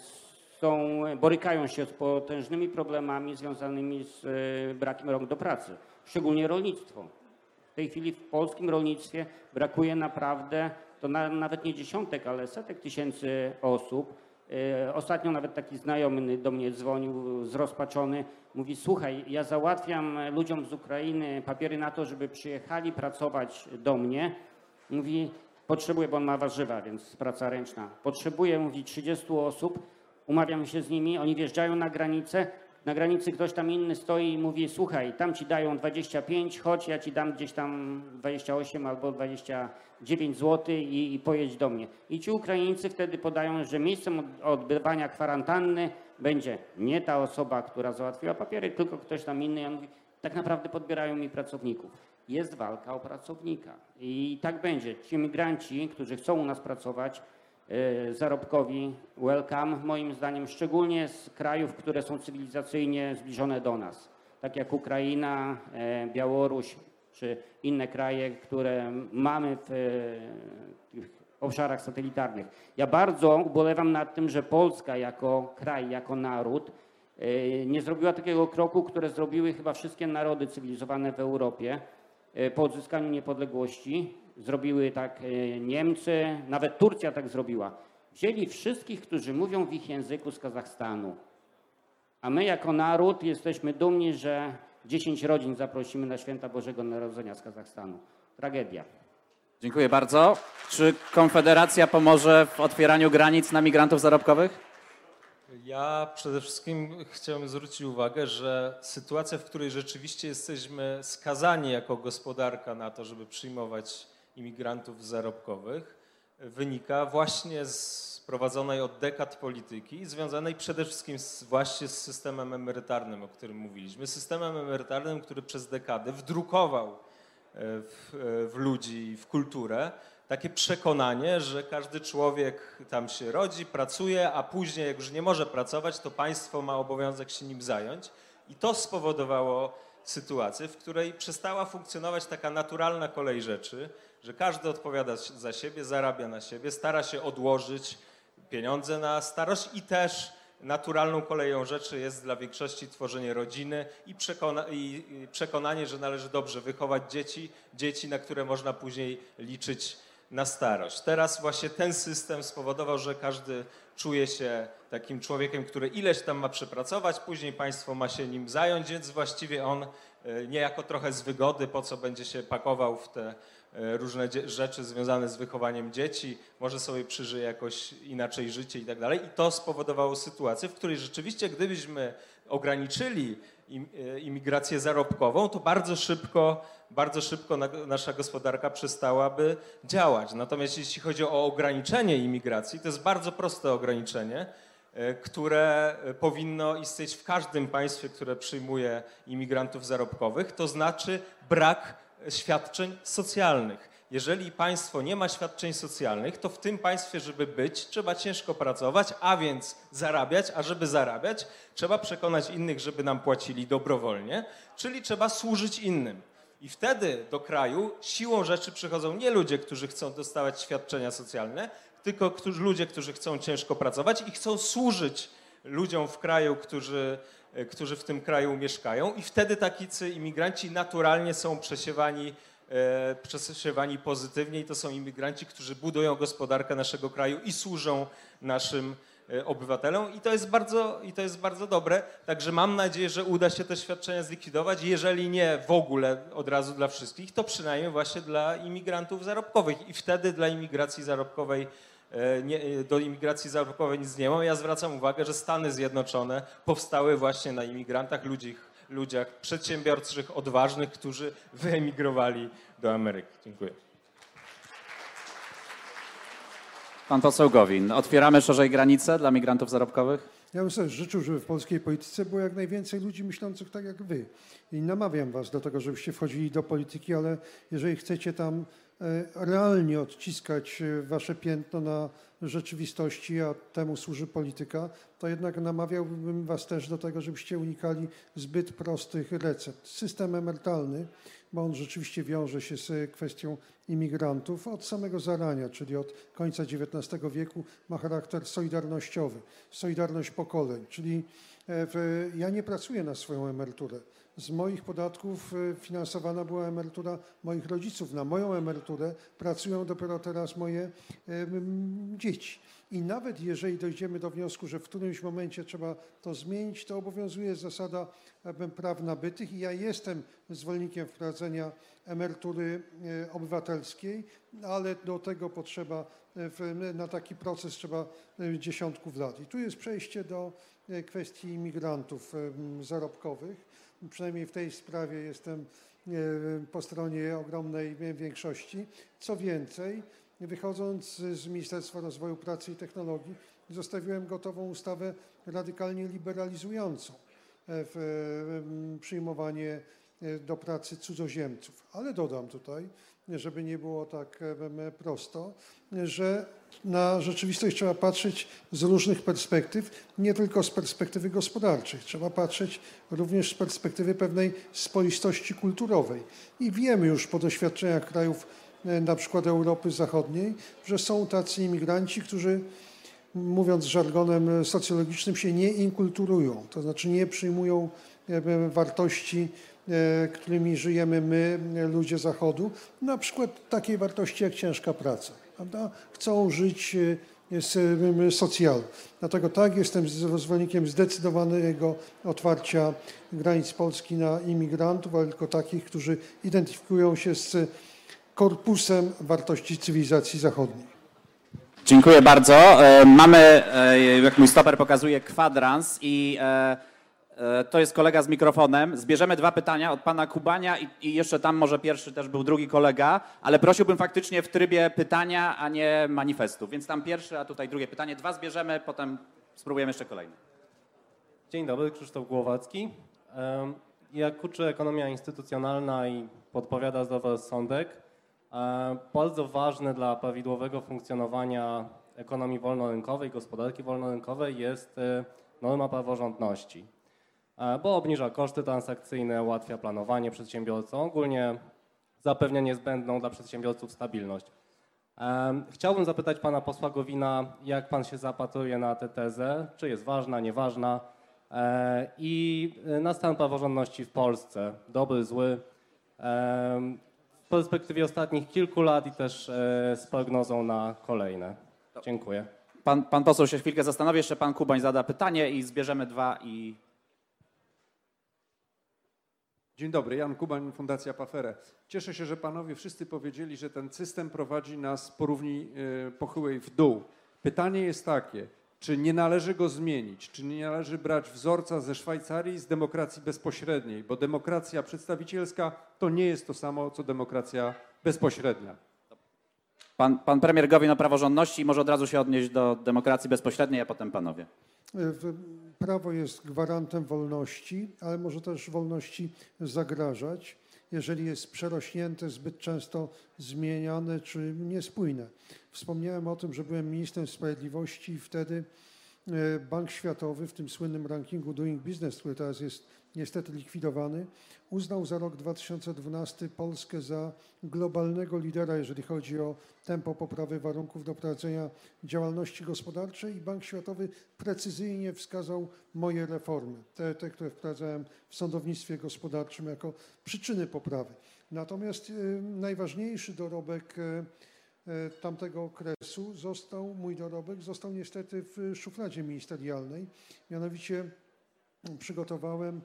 D: borykają się z potężnymi problemami związanymi z brakiem rąk do pracy. Szczególnie rolnictwo. W tej chwili w polskim rolnictwie brakuje naprawdę, to nawet nie dziesiątek, ale setek tysięcy osób. Ostatnio nawet taki znajomy do mnie dzwonił zrozpaczony. Mówi, słuchaj, ja załatwiam ludziom z Ukrainy papiery na to, żeby przyjechali pracować do mnie. Mówi, potrzebuję, bo on ma warzywa, więc praca ręczna. Potrzebuję, mówi, 30 osób. Umawiam się z nimi, oni wjeżdżają na granicę. Na granicy ktoś tam inny stoi i mówi, słuchaj, tam ci dają 25, chodź, ja ci dam gdzieś tam 28 albo 29 zł i pojedź do mnie. I ci Ukraińcy wtedy podają, że miejscem odbywania kwarantanny będzie nie ta osoba, która załatwiła papiery, tylko ktoś tam inny. I on mówi, tak naprawdę podbierają mi pracowników. Jest walka o pracownika. I tak będzie. Ci migranci, którzy chcą u nas pracować, zarobkowi welcome, moim zdaniem, szczególnie z krajów, które są cywilizacyjnie zbliżone do nas, tak jak Ukraina, Białoruś czy inne kraje, które mamy w tych obszarach satelitarnych. Ja bardzo ubolewam nad tym, że Polska jako kraj, jako naród nie zrobiła takiego kroku, które zrobiły chyba wszystkie narody cywilizowane w Europie po odzyskaniu niepodległości. Zrobiły tak Niemcy, nawet Turcja tak zrobiła. Wzięli wszystkich, którzy mówią w ich języku z Kazachstanu. A my jako naród jesteśmy dumni, że 10 rodzin zaprosimy na święta Bożego Narodzenia z Kazachstanu. Tragedia.
B: Dziękuję bardzo. Czy Konfederacja pomoże w otwieraniu granic na migrantów zarobkowych?
C: Ja przede wszystkim chciałem zwrócić uwagę, że sytuacja, w której rzeczywiście jesteśmy skazani jako gospodarka na to, żeby przyjmować imigrantów zarobkowych, wynika właśnie z prowadzonej od dekad polityki, związanej przede wszystkim właśnie z systemem emerytalnym, o którym mówiliśmy. Systemem emerytalnym, który przez dekady wdrukował w ludzi, w kulturę takie przekonanie, że każdy człowiek tam się rodzi, pracuje, a później jak już nie może pracować, to państwo ma obowiązek się nim zająć. I to spowodowało sytuację, w której przestała funkcjonować taka naturalna kolej rzeczy, że każdy odpowiada za siebie, zarabia na siebie, stara się odłożyć pieniądze na starość i też naturalną koleją rzeczy jest dla większości tworzenie rodziny i przekonanie, że należy dobrze wychować dzieci, na które można później liczyć na starość. Teraz właśnie ten system spowodował, że każdy czuje się takim człowiekiem, który ileś tam ma przepracować, później państwo ma się nim zająć, więc właściwie on niejako trochę z wygody, po co będzie się pakował w te różne rzeczy związane z wychowaniem dzieci, może sobie przyżyje jakoś inaczej życie i tak dalej. I to spowodowało sytuację, w której rzeczywiście gdybyśmy ograniczyli imigrację zarobkową, to bardzo szybko nasza gospodarka przestałaby działać. Natomiast jeśli chodzi o ograniczenie imigracji, to jest bardzo proste ograniczenie, które powinno istnieć w każdym państwie, które przyjmuje imigrantów zarobkowych, to znaczy brak świadczeń socjalnych. Jeżeli państwo nie ma świadczeń socjalnych, to w tym państwie, żeby być, trzeba ciężko pracować, a więc zarabiać, a żeby zarabiać, trzeba przekonać innych, żeby nam płacili dobrowolnie, czyli trzeba służyć innym. I wtedy do kraju siłą rzeczy przychodzą nie ludzie, którzy chcą dostawać świadczenia socjalne, tylko ludzie, którzy chcą ciężko pracować i chcą służyć ludziom w kraju, którzy w tym kraju mieszkają. I wtedy takicy imigranci naturalnie są przesiewani pozytywnie i to są imigranci, którzy budują gospodarkę naszego kraju i służą naszym obywatelom i to jest bardzo dobre. Także mam nadzieję, że uda się te świadczenia zlikwidować. Jeżeli nie w ogóle od razu dla wszystkich, to przynajmniej właśnie dla imigrantów zarobkowych i wtedy dla imigracji zarobkowej do imigracji zarobkowej nic nie ma. Ja zwracam uwagę, że Stany Zjednoczone powstały właśnie na imigrantach, ludziach przedsiębiorczych, odważnych, którzy wyemigrowali do Ameryki. Dziękuję.
B: Pan poseł Gowin. Otwieramy szerzej granice dla migrantów zarobkowych?
E: Ja bym sobie życzył, żeby w polskiej polityce było jak najwięcej ludzi myślących tak jak wy. I namawiam was do tego, żebyście wchodzili do polityki, ale jeżeli chcecie tam realnie odciskać wasze piętno na rzeczywistości, a temu służy polityka, to jednak namawiałbym was też do tego, żebyście unikali zbyt prostych recept. System emerytalny, bo on rzeczywiście wiąże się z kwestią imigrantów od samego zarania, czyli od końca XIX wieku ma charakter solidarnościowy, solidarność pokoleń, czyli ja nie pracuję na swoją emeryturę. Z moich podatków finansowana była emerytura moich rodziców. Na moją emeryturę pracują dopiero teraz moje dzieci. I nawet jeżeli dojdziemy do wniosku, że w którymś momencie trzeba to zmienić, to obowiązuje zasada praw nabytych i ja jestem zwolennikiem wprowadzenia emerytury obywatelskiej, ale do tego potrzeba, na taki proces trzeba dziesiątków lat. I tu jest przejście do kwestii imigrantów zarobkowych. Przynajmniej w tej sprawie jestem po stronie ogromnej większości. Co więcej, wychodząc z Ministerstwa Rozwoju Pracy i Technologii, zostawiłem gotową ustawę radykalnie liberalizującą przyjmowanie do pracy cudzoziemców. Ale dodam tutaj, żeby nie było tak prosto, że na rzeczywistość trzeba patrzeć z różnych perspektyw, nie tylko z perspektywy gospodarczej. Trzeba patrzeć również z perspektywy pewnej spoistości kulturowej. I wiemy już po doświadczeniach krajów na przykład Europy Zachodniej, że są tacy imigranci, którzy, mówiąc żargonem socjologicznym, się nie inkulturują, to znaczy nie przyjmują wartości, którymi żyjemy my, ludzie Zachodu, na przykład takiej wartości jak ciężka praca, prawda? Chcą żyć z socjalu. Dlatego tak, jestem zwolennikiem zdecydowanego otwarcia granic Polski na imigrantów, ale tylko takich, którzy identyfikują się z korpusem wartości cywilizacji zachodniej.
B: Dziękuję bardzo. Mamy, jak mój stoper pokazuje, kwadrans i to jest kolega z mikrofonem. Zbierzemy 2 pytania od pana Kubania i jeszcze tam może pierwszy też był drugi kolega, ale prosiłbym faktycznie w trybie pytania, a nie manifestu. Więc tam pierwszy, a tutaj drugie pytanie. 2 zbierzemy, potem spróbujemy jeszcze kolejne.
F: Dzień dobry, Krzysztof Głowacki. Jak uczy ekonomia instytucjonalna i podpowiada zdrowy rozsądek, bardzo ważne dla prawidłowego funkcjonowania ekonomii wolnorynkowej, gospodarki wolnorynkowej jest norma praworządności, bo obniża koszty transakcyjne, ułatwia planowanie przedsiębiorcom, ogólnie zapewnia niezbędną dla przedsiębiorców stabilność. Chciałbym zapytać pana posła Gowina, jak pan się zapatruje na tę tezę, czy jest ważna, nieważna i na stan praworządności w Polsce, dobry, zły, w perspektywie ostatnich kilku lat i też z prognozą na kolejne. Dziękuję.
B: Pan poseł się chwilkę zastanowi, jeszcze pan Kubań zada pytanie i zbierzemy 2 i...
G: Dzień dobry, Jan Kubań, Fundacja Pafere. Cieszę się, że panowie wszyscy powiedzieli, że ten system prowadzi nas po równi pochyłej w dół. Pytanie jest takie, czy nie należy go zmienić, czy nie należy brać wzorca ze Szwajcarii z demokracji bezpośredniej, bo demokracja przedstawicielska to nie jest to samo, co demokracja bezpośrednia.
B: Pan premier Gowin o praworządności i może od razu się odnieść do demokracji bezpośredniej, a potem panowie.
E: Prawo jest gwarantem wolności, ale może też wolności zagrażać, jeżeli jest przerośnięte, zbyt często zmieniane czy niespójne. Wspomniałem o tym, że byłem ministrem sprawiedliwości i wtedy Bank Światowy w tym słynnym rankingu Doing Business, który teraz jest niestety likwidowany, uznał za rok 2012 Polskę za globalnego lidera, jeżeli chodzi o tempo poprawy warunków do prowadzenia działalności gospodarczej i Bank Światowy precyzyjnie wskazał moje reformy, te, które wprowadzałem w sądownictwie gospodarczym jako przyczyny poprawy. Natomiast najważniejszy dorobek tamtego okresu mój dorobek został niestety w szufladzie ministerialnej, mianowicie przygotowałem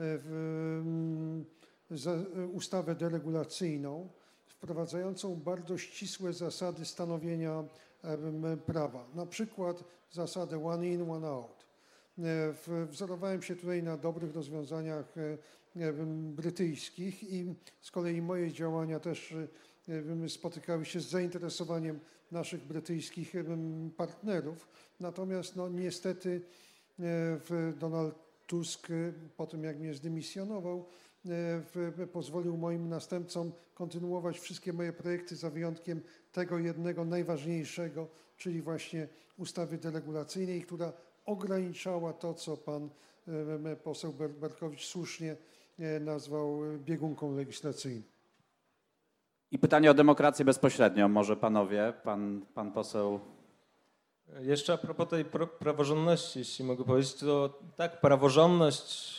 E: ustawę deregulacyjną wprowadzającą bardzo ścisłe zasady stanowienia prawa. Na przykład zasadę one in, one out. Wzorowałem się tutaj na dobrych rozwiązaniach brytyjskich i z kolei moje działania też spotykały się z zainteresowaniem naszych brytyjskich partnerów. Natomiast no, niestety Donald Tusk, po tym jak mnie zdymisjonował, pozwolił moim następcom kontynuować wszystkie moje projekty za wyjątkiem tego jednego najważniejszego, czyli właśnie ustawy deregulacyjnej, która ograniczała to, co pan poseł Berkowicz słusznie nazwał biegunką legislacyjną.
B: I pytanie o demokrację bezpośrednią, może panowie, pan poseł.
C: Jeszcze a propos tej praworządności, jeśli mogę powiedzieć, to tak, praworządność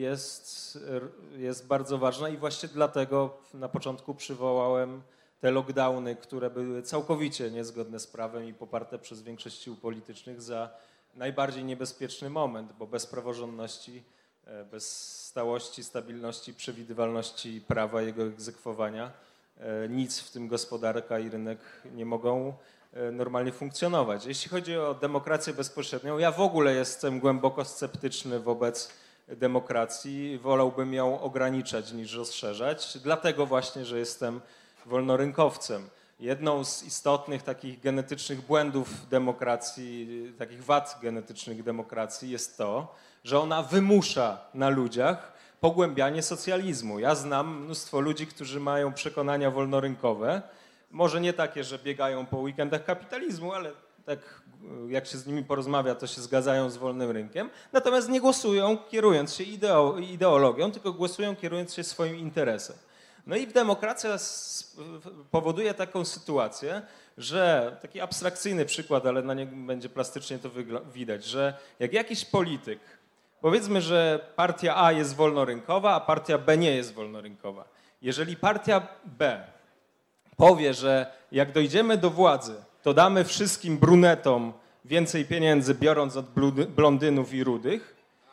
C: jest bardzo ważna i właśnie dlatego na początku przywołałem te lockdowny, które były całkowicie niezgodne z prawem i poparte przez większość sił politycznych za najbardziej niebezpieczny moment, bo bez praworządności, bez stałości, stabilności, przewidywalności prawa, jego egzekwowania, nic w tym gospodarka i rynek nie mogą normalnie funkcjonować. Jeśli chodzi o demokrację bezpośrednią, ja w ogóle jestem głęboko sceptyczny wobec demokracji. Wolałbym ją ograniczać niż rozszerzać, dlatego właśnie, że jestem wolnorynkowcem. Jedną z istotnych takich genetycznych błędów demokracji, takich wad genetycznych demokracji jest to, że ona wymusza na ludziach pogłębianie socjalizmu. Ja znam mnóstwo ludzi, którzy mają przekonania wolnorynkowe, może nie takie, że biegają po weekendach kapitalizmu, ale tak jak się z nimi porozmawia, to się zgadzają z wolnym rynkiem, natomiast nie głosują kierując się ideologią, tylko głosują kierując się swoim interesem. No i demokracja powoduje taką sytuację, że taki abstrakcyjny przykład, ale na nim będzie plastycznie to widać, że jak jakiś polityk, powiedzmy, że partia A jest wolnorynkowa, a partia B nie jest wolnorynkowa. Jeżeli partia B powie, że jak dojdziemy do władzy, to damy wszystkim brunetom więcej pieniędzy, biorąc od blondynów i rudych,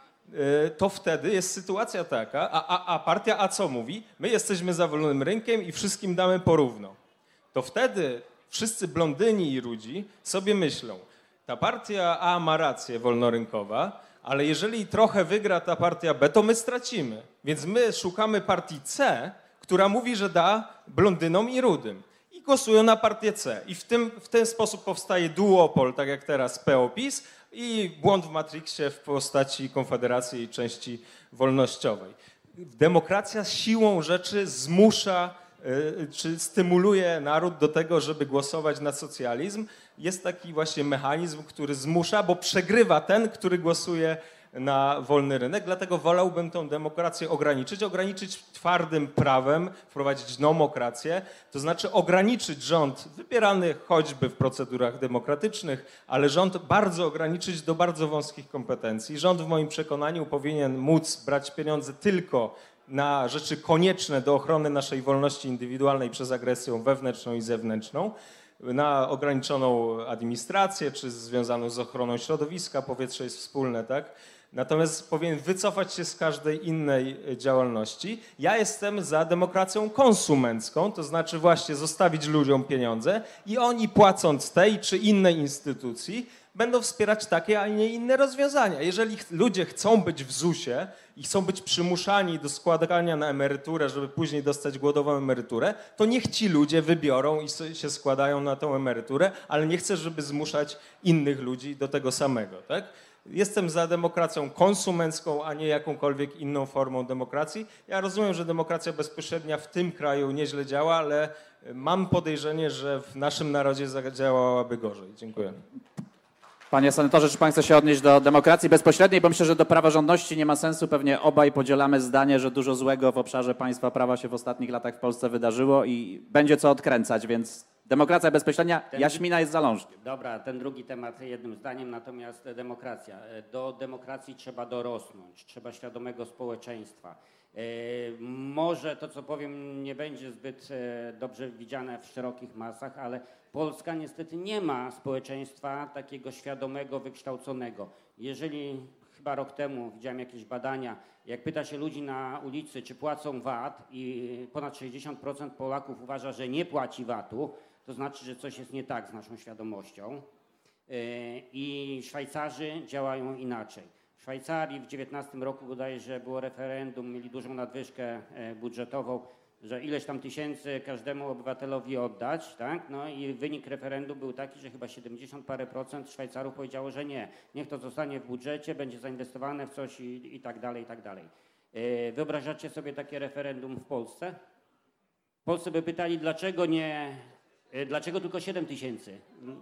C: to wtedy jest sytuacja taka, a partia A co mówi? My jesteśmy za wolnym rynkiem i wszystkim damy porówno. To wtedy wszyscy blondyni i rudzi sobie myślą, ta partia A ma rację wolnorynkowa, ale jeżeli trochę wygra ta partia B, to my stracimy. Więc my szukamy partii C, która mówi, że da blondynom i rudym. I głosują na partię C. I w ten sposób powstaje duopol, tak jak teraz PO-PiS, i błąd w Matrixie w postaci Konfederacji i części wolnościowej. Demokracja siłą rzeczy zmusza czy stymuluje naród do tego, żeby głosować na socjalizm. Jest taki właśnie mechanizm, który zmusza, bo przegrywa ten, który głosuje na wolny rynek, dlatego wolałbym tę demokrację ograniczyć twardym prawem, wprowadzić nomokrację, to znaczy ograniczyć rząd wybierany choćby w procedurach demokratycznych, ale rząd bardzo ograniczyć do bardzo wąskich kompetencji. Rząd w moim przekonaniu powinien móc brać pieniądze tylko na rzeczy konieczne do ochrony naszej wolności indywidualnej przez agresję wewnętrzną i zewnętrzną, na ograniczoną administrację, czy związaną z ochroną środowiska, powietrze jest wspólne, tak? Natomiast powinien wycofać się z każdej innej działalności. Ja jestem za demokracją konsumencką, to znaczy właśnie zostawić ludziom pieniądze i oni płacąc tej czy innej instytucji będą wspierać takie, a nie inne rozwiązania. Jeżeli ludzie chcą być w ZUS-ie i chcą być przymuszani do składania na emeryturę, żeby później dostać głodową emeryturę, to niech ci ludzie wybiorą i się składają na tą emeryturę, ale nie chcę, żeby zmuszać innych ludzi do tego samego, tak? Jestem za demokracją konsumencką, a nie jakąkolwiek inną formą demokracji. Ja rozumiem, że demokracja bezpośrednia w tym kraju nieźle działa, ale mam podejrzenie, że w naszym narodzie zadziałałaby gorzej. Dziękuję.
B: Panie senatorze, czy pan chce się odnieść do demokracji bezpośredniej? Bo myślę, że do praworządności nie ma sensu. Pewnie obaj podzielamy zdanie, że dużo złego w obszarze państwa prawa się w ostatnich latach w Polsce wydarzyło i będzie co odkręcać, więc demokracja bezpośrednia, jaśmina jest zalążkiem.
D: Dobra, ten drugi temat jednym zdaniem, natomiast demokracja. Do demokracji trzeba dorosnąć, trzeba świadomego społeczeństwa. Może to, co powiem, nie będzie zbyt dobrze widziane w szerokich masach, ale Polska niestety nie ma społeczeństwa takiego świadomego, wykształconego. Jeżeli chyba rok temu widziałem jakieś badania, jak pyta się ludzi na ulicy, czy płacą VAT i ponad 60% Polaków uważa, że nie płaci VAT-u, to znaczy, że coś jest nie tak z naszą świadomością. I Szwajcarzy działają inaczej. W Szwajcarii w 2019 roku bodajże było referendum, mieli dużą nadwyżkę budżetową, że ileś tam tysięcy każdemu obywatelowi oddać, tak? No i wynik referendum był taki, że chyba 70 parę procent Szwajcarów powiedziało, że nie. Niech to zostanie w budżecie, będzie zainwestowane w coś i tak dalej, i tak dalej. Wyobrażacie sobie takie referendum w Polsce? W Polsce by pytali, dlaczego tylko 7 tysięcy?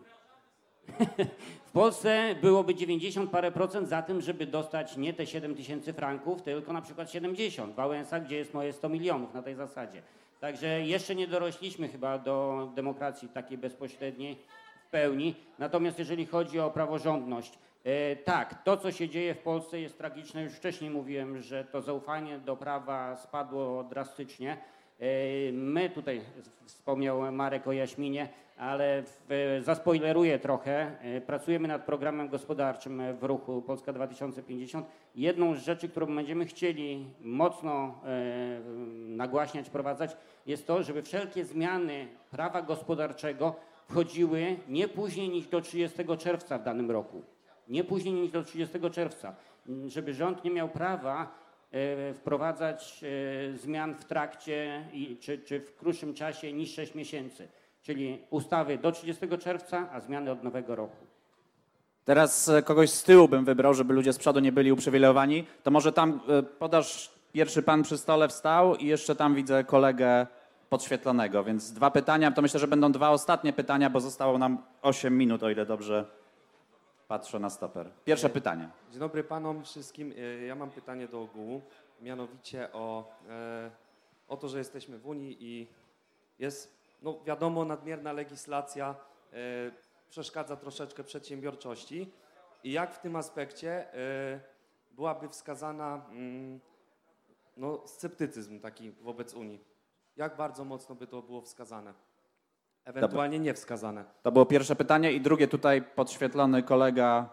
D: W Polsce byłoby 90 parę procent za tym, żeby dostać nie te 7 tysięcy franków, tylko na przykład 70. Wałęsa, gdzie jest moje 100 milionów na tej zasadzie. Także jeszcze nie dorośliśmy chyba do demokracji takiej bezpośredniej w pełni. Natomiast jeżeli chodzi o praworządność, tak, to co się dzieje w Polsce jest tragiczne. Już wcześniej mówiłem, że to zaufanie do prawa spadło drastycznie. My tutaj, wspomniał Marek o Jaśminie, ale zaspoileruję trochę, pracujemy nad programem gospodarczym w ruchu Polska 2050. Jedną z rzeczy, którą będziemy chcieli mocno nagłaśniać, wprowadzać, jest to, żeby wszelkie zmiany prawa gospodarczego wchodziły nie później niż do 30 czerwca w danym roku. Nie później niż do 30 czerwca, żeby rząd nie miał prawa wprowadzać zmian w trakcie czy w krótszym czasie niż 6 miesięcy. Czyli ustawy do 30 czerwca, a zmiany od nowego roku.
B: Teraz kogoś z tyłu bym wybrał, żeby ludzie z przodu nie byli uprzywilejowani. To może tam podasz, pierwszy pan przy stole wstał i jeszcze tam widzę kolegę podświetlonego, więc 2 pytania. To myślę, że będą 2 ostatnie pytania, bo zostało nam 8 minut, o ile dobrze patrzę na stoper. Pierwsze pytanie.
H: Dzień dobry panom wszystkim. Ja mam pytanie do ogółu, mianowicie o to, że jesteśmy w Unii i jest, no wiadomo, nadmierna legislacja przeszkadza troszeczkę przedsiębiorczości. I jak w tym aspekcie byłaby wskazana sceptycyzm taki wobec Unii? Jak bardzo mocno by to było wskazane? Ewentualnie nie wskazane.
B: To było pierwsze pytanie i drugie tutaj podświetlony kolega.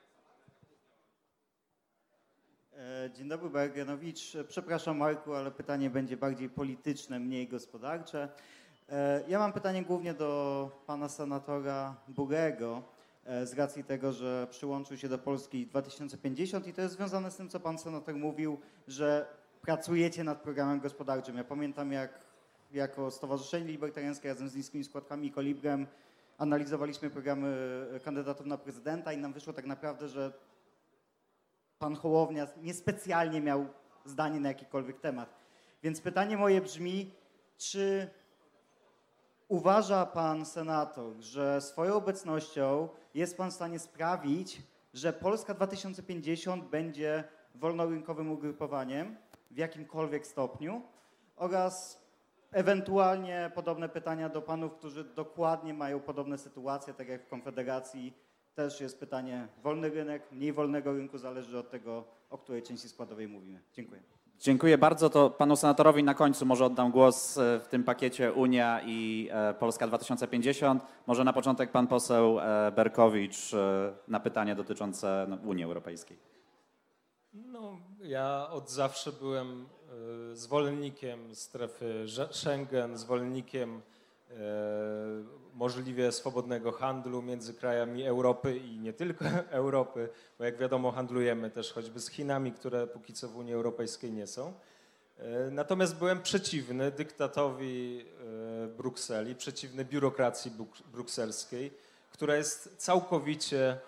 I: Dzień dobry, Marek Janowicz. Przepraszam Marku, ale pytanie będzie bardziej polityczne, mniej gospodarcze. Ja mam pytanie głównie do pana senatora Burego z racji tego, że przyłączył się do Polski 2050 i to jest związane z tym, co pan senator mówił, że pracujecie nad programem gospodarczym. Ja pamiętam, jak jako Stowarzyszenie Libertariańskie razem z Niskimi Składkami i Kolibrem analizowaliśmy programy kandydatów na prezydenta i nam wyszło tak naprawdę, że pan Hołownia niespecjalnie miał zdanie na jakikolwiek temat. Więc pytanie moje brzmi, czy uważa pan senator, że swoją obecnością jest pan w stanie sprawić, że Polska 2050 będzie wolnorynkowym ugrupowaniem w jakimkolwiek stopniu oraz ewentualnie podobne pytania do panów, którzy dokładnie mają podobne sytuacje, tak jak w Konfederacji. Też jest pytanie wolny rynek, mniej wolnego rynku, zależy od tego, o której części składowej mówimy. Dziękuję.
B: Dziękuję bardzo. To panu senatorowi na końcu może oddam głos w tym pakiecie Unia i Polska 2050. Może na początek pan poseł Berkowicz na pytanie dotyczące Unii Europejskiej.
C: No, ja od zawsze byłem zwolennikiem strefy Schengen, zwolennikiem możliwie swobodnego handlu między krajami Europy i nie tylko Europy, bo jak wiadomo handlujemy też choćby z Chinami, które póki co w Unii Europejskiej nie są. Natomiast byłem przeciwny dyktatowi Brukseli, przeciwny biurokracji brukselskiej, która jest całkowicie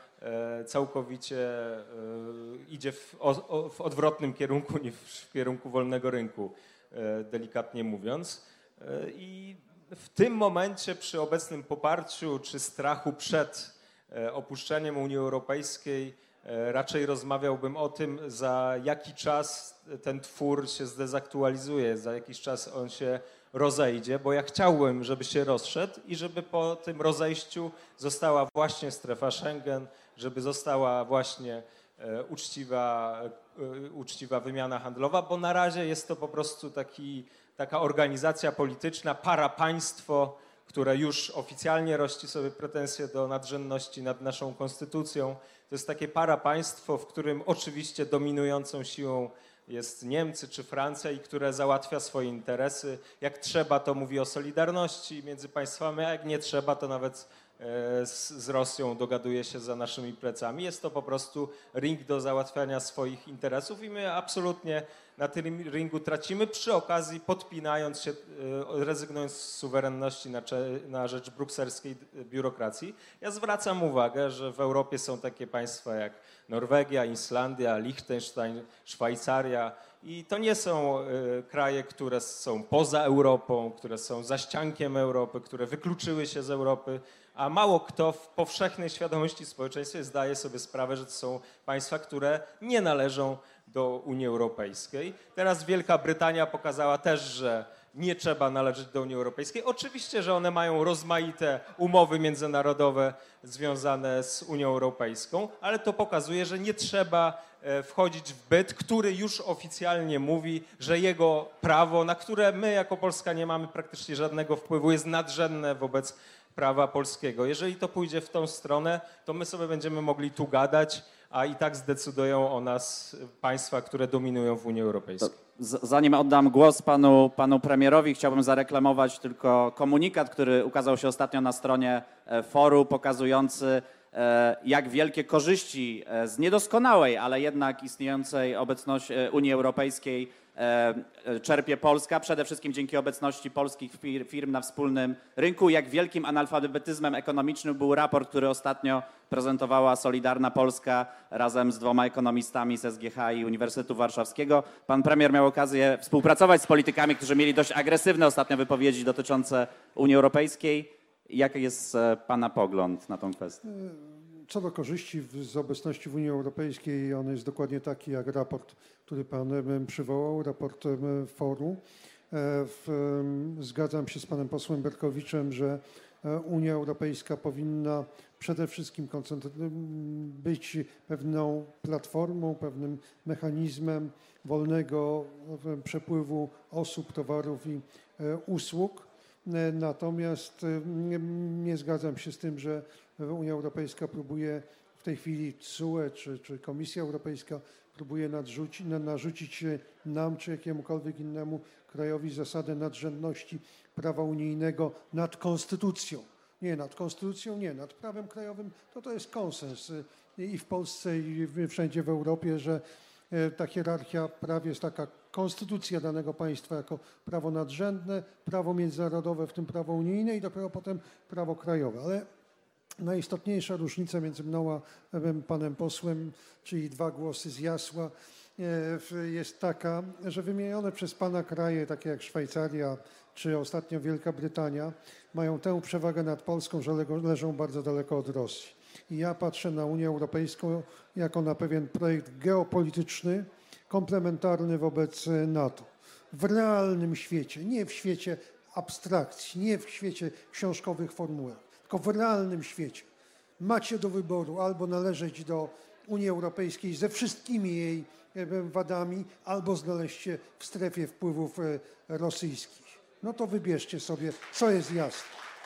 C: idzie w odwrotnym kierunku niż w kierunku wolnego rynku, delikatnie mówiąc. I w tym momencie przy obecnym poparciu czy strachu przed opuszczeniem Unii Europejskiej raczej rozmawiałbym o tym, za jaki czas ten twór się zdezaktualizuje, za jakiś czas on się rozejdzie, bo ja chciałbym, żeby się rozszedł i żeby po tym rozejściu została właśnie strefa Schengen, żeby została właśnie uczciwa wymiana handlowa, bo na razie jest to po prostu taka organizacja polityczna, parapaństwo, które już oficjalnie rości sobie pretensje do nadrzędności nad naszą konstytucją. To jest takie parapaństwo, w którym oczywiście dominującą siłą jest Niemcy czy Francja i które załatwia swoje interesy. Jak trzeba, to mówi o solidarności między państwami, a jak nie trzeba, to nawet z Rosją dogaduje się za naszymi plecami. Jest to po prostu ring do załatwiania swoich interesów i my absolutnie na tym ringu tracimy, przy okazji podpinając się, rezygnując z suwerenności na rzecz brukselskiej biurokracji. Ja zwracam uwagę, że w Europie są takie państwa jak Norwegia, Islandia, Liechtenstein, Szwajcaria i to nie są kraje, które są poza Europą, które są za ściankiem Europy, które wykluczyły się z Europy, a mało kto w powszechnej świadomości społeczeństwa zdaje sobie sprawę, że to są państwa, które nie należą do Unii Europejskiej. Teraz Wielka Brytania pokazała też, że nie trzeba należeć do Unii Europejskiej. Oczywiście, że one mają rozmaite umowy międzynarodowe związane z Unią Europejską, ale to pokazuje, że nie trzeba wchodzić w byt, który już oficjalnie mówi, że jego prawo, na które my jako Polska nie mamy praktycznie żadnego wpływu, jest nadrzędne wobec prawa polskiego. Jeżeli to pójdzie w tą stronę, to my sobie będziemy mogli tu gadać, a i tak zdecydują o nas państwa, które dominują w Unii Europejskiej.
B: Zanim oddam głos panu premierowi, chciałbym zareklamować tylko komunikat, który ukazał się ostatnio na stronie forum, pokazujący, jak wielkie korzyści z niedoskonałej, ale jednak istniejącej obecności Unii Europejskiej czerpie Polska, przede wszystkim dzięki obecności polskich firm na wspólnym rynku. Jak wielkim analfabetyzmem ekonomicznym był raport, który ostatnio prezentowała Solidarna Polska razem z 2 ekonomistami z SGH i Uniwersytetu Warszawskiego. Pan premier miał okazję współpracować z politykami, którzy mieli dość agresywne ostatnio wypowiedzi dotyczące Unii Europejskiej. Jaki jest pana pogląd na tą kwestię?
E: Co do korzyści z obecności w Unii Europejskiej, on jest dokładnie taki jak raport, który pan przywołał, raport forum. Zgadzam się z panem posłem Berkowiczem, że Unia Europejska powinna przede wszystkim być pewną platformą, pewnym mechanizmem wolnego przepływu osób, towarów i usług. Natomiast nie zgadzam się z tym, że Unia Europejska próbuje w tej chwili TSUE czy Komisja Europejska próbuje narzucić nam czy jakiemukolwiek innemu krajowi zasadę nadrzędności prawa unijnego nad konstytucją. Nie, nad konstytucją nie, nad prawem krajowym to jest konsens i w Polsce i wszędzie w Europie, że ta hierarchia praw jest taka: konstytucja danego państwa jako prawo nadrzędne, prawo międzynarodowe, w tym prawo unijne i dopiero potem prawo krajowe. Ale najistotniejsza różnica między mną a panem posłem, czyli 2 głosy z Jasła, jest taka, że wymienione przez pana kraje, takie jak Szwajcaria czy ostatnio Wielka Brytania, mają tę przewagę nad Polską, że leżą bardzo daleko od Rosji. I ja patrzę na Unię Europejską jako na pewien projekt geopolityczny, komplementarny wobec NATO. W realnym świecie, nie w świecie abstrakcji, nie w świecie książkowych formułek, tylko w realnym świecie macie do wyboru albo należeć do Unii Europejskiej ze wszystkimi jej wadami, albo znaleźć się w strefie wpływów rosyjskich. No to wybierzcie sobie, co jest jasne.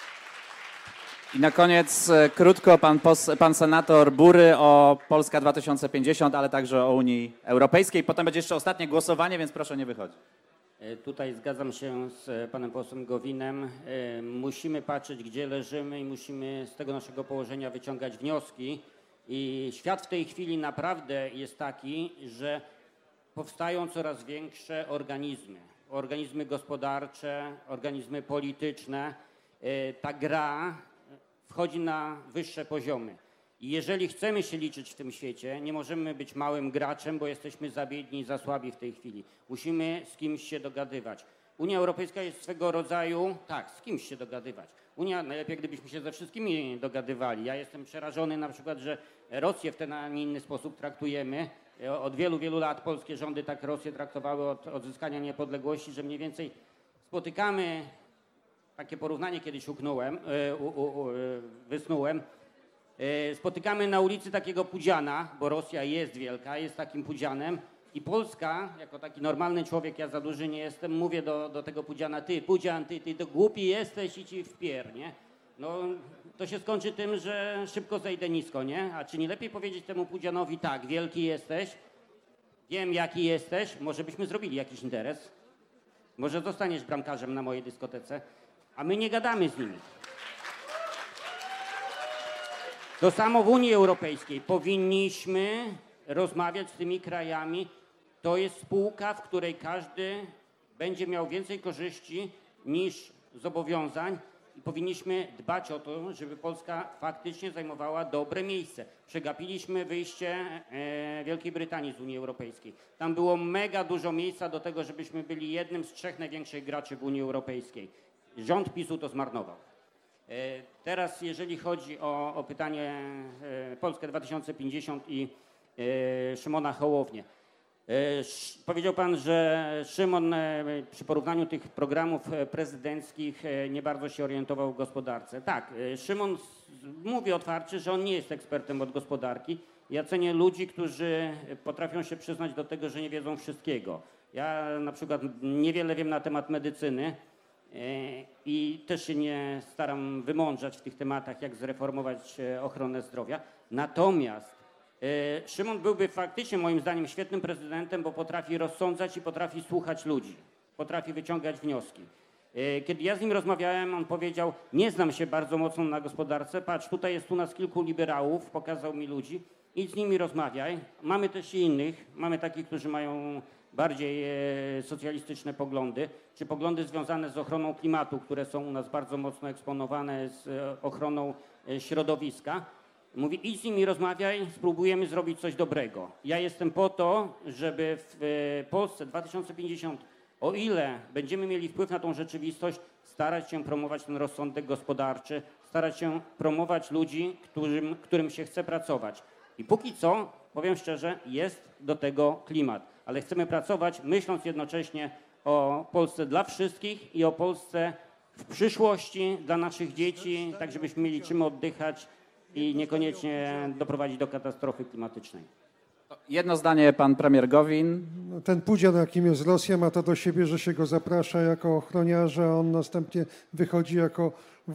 B: I na koniec krótko pan senator Bury o Polska 2050, ale także o Unii Europejskiej. Potem będzie jeszcze ostatnie głosowanie, więc proszę nie wychodzić.
D: Tutaj zgadzam się z panem posłem Gowinem. Musimy patrzeć, gdzie leżymy i musimy z tego naszego położenia wyciągać wnioski. I świat w tej chwili naprawdę jest taki, że powstają coraz większe organizmy gospodarcze, organizmy polityczne. Ta gra wchodzi na wyższe poziomy. I jeżeli chcemy się liczyć w tym świecie, nie możemy być małym graczem, bo jesteśmy za biedni i za słabi w tej chwili. Musimy z kimś się dogadywać. Unia Europejska jest swego rodzaju, tak, z kimś się dogadywać. Unia, najlepiej gdybyśmy się ze wszystkimi dogadywali. Ja jestem przerażony na przykład, że Rosję w ten, a nie inny sposób traktujemy. Od wielu, wielu lat polskie rządy tak Rosję traktowały od odzyskania niepodległości, że mniej więcej spotykamy, takie porównanie kiedyś wysnułem, spotykamy na ulicy takiego pudziana, bo Rosja jest wielka, jest takim pudzianem i Polska, jako taki normalny człowiek, ja za duży nie jestem, mówię do tego pudziana: ty pudzian, ty to głupi jesteś i ci wpier, nie? No to się skończy tym, że szybko zejdę nisko, nie? A czy nie lepiej powiedzieć temu pudzianowi: tak, wielki jesteś, wiem jaki jesteś, może byśmy zrobili jakiś interes, może zostaniesz bramkarzem na mojej dyskotece, a my nie gadamy z nimi. To samo w Unii Europejskiej. Powinniśmy rozmawiać z tymi krajami. To jest spółka, w której każdy będzie miał więcej korzyści niż zobowiązań. powinniśmy dbać o to, żeby Polska faktycznie zajmowała dobre miejsce. Przegapiliśmy wyjście Wielkiej Brytanii z Unii Europejskiej. Tam było mega dużo miejsca do tego, żebyśmy byli jednym z 3 największych graczy w Unii Europejskiej. Rząd PiS-u to zmarnował. Teraz jeżeli chodzi o pytanie Polskę 2050 i Szymona Hołownię. Powiedział pan, że Szymon przy porównaniu tych programów prezydenckich nie bardzo się orientował w gospodarce. Tak, Szymon mówi otwarcie, że on nie jest ekspertem od gospodarki. Ja cenię ludzi, którzy potrafią się przyznać do tego, że nie wiedzą wszystkiego. Ja na przykład niewiele wiem na temat medycyny i też się nie staram wymądrzać w tych tematach, jak zreformować ochronę zdrowia. Natomiast Szymon byłby faktycznie moim zdaniem świetnym prezydentem, bo potrafi rozsądzać i potrafi słuchać ludzi, potrafi wyciągać wnioski. Kiedy ja z nim rozmawiałem, on powiedział, nie znam się bardzo mocno na gospodarce, patrz, tutaj jest u nas kilku liberałów, pokazał mi ludzi, idź z nimi rozmawiaj. Mamy też i innych, mamy takich, którzy mają bardziej socjalistyczne poglądy, czy poglądy związane z ochroną klimatu, które są u nas bardzo mocno eksponowane z ochroną środowiska. Mówi, idź z nimi rozmawiaj, spróbujemy zrobić coś dobrego. Ja jestem po to, żeby w Polsce 2050, o ile będziemy mieli wpływ na tą rzeczywistość, starać się promować ten rozsądek gospodarczy, starać się promować ludzi, którym się chce pracować. I póki co, powiem szczerze, jest do tego klimat. Ale chcemy pracować, myśląc jednocześnie o Polsce dla wszystkich i o Polsce w przyszłości dla naszych dzieci, tak żebyśmy mieli czym oddychać i niekoniecznie doprowadzić do katastrofy klimatycznej.
B: Jedno zdanie, pan premier Gowin.
E: Ten pudzian, jakim jest Rosja, ma to do siebie, że się go zaprasza jako ochroniarza, a on następnie wychodzi jako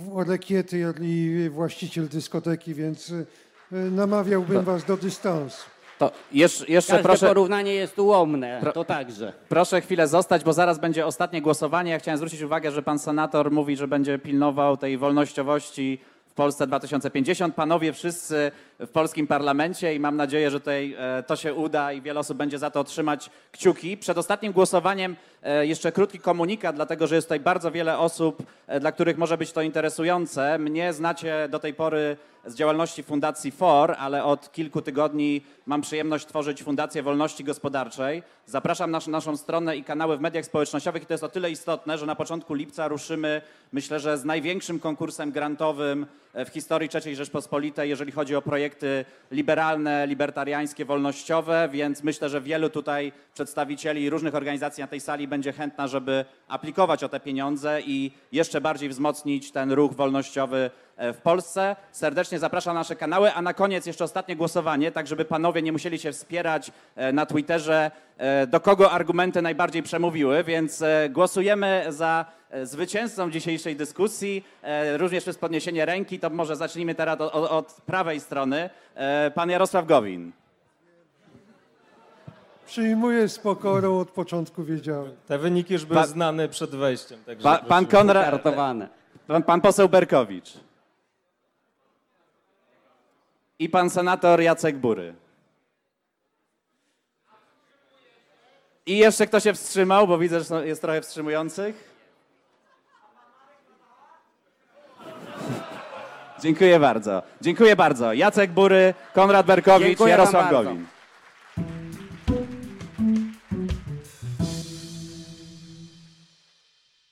E: rekiety i właściciel dyskoteki, więc namawiałbym was do dystansu.
B: To jeszcze
D: Każde
B: proszę,
D: porównanie jest ułomne, to także.
B: proszę chwilę zostać, bo zaraz będzie ostatnie głosowanie. Ja chciałem zwrócić uwagę, że pan senator mówi, że będzie pilnował tej wolnościowości w Polsce 2050. Panowie wszyscy w polskim parlamencie i mam nadzieję, że tutaj to się uda i wiele osób będzie za to trzymać kciuki. Przed ostatnim głosowaniem jeszcze krótki komunikat, dlatego że jest tutaj bardzo wiele osób, dla których może być to interesujące. Mnie znacie do tej pory z działalności Fundacji FOR, ale od kilku tygodni mam przyjemność tworzyć Fundację Wolności Gospodarczej. Zapraszam na naszą stronę i kanały w mediach społecznościowych i to jest o tyle istotne, że na początku lipca ruszymy, myślę, że z największym konkursem grantowym w historii III Rzeczpospolitej, jeżeli chodzi o projekty liberalne, libertariańskie, wolnościowe, więc myślę, że wielu tutaj przedstawicieli różnych organizacji na tej sali będzie chętna, żeby aplikować o te pieniądze i jeszcze bardziej wzmocnić ten ruch wolnościowy w Polsce. Serdecznie zapraszam na nasze kanały, a na koniec jeszcze ostatnie głosowanie, tak żeby panowie nie musieli się wspierać na Twitterze, do kogo argumenty najbardziej przemówiły, więc głosujemy za zwycięzcą dzisiejszej dyskusji, również przez podniesienie ręki, to może zacznijmy teraz od prawej strony. Pan Jarosław Gowin.
E: Przyjmuję z pokorą, od początku wiedziałem.
C: Te wyniki już były znane przed wejściem. Także
B: Pan Konrad,
D: Kartowane.
B: pan poseł Berkowicz. I pan senator Jacek Bury. I jeszcze kto się wstrzymał, bo widzę, że jest trochę wstrzymujących. Dziękuję bardzo. Dziękuję bardzo. Jacek Bury, Konrad Berkowicz,
D: Dziękuję
B: Jarosław
D: wam bardzo.
B: Gowin.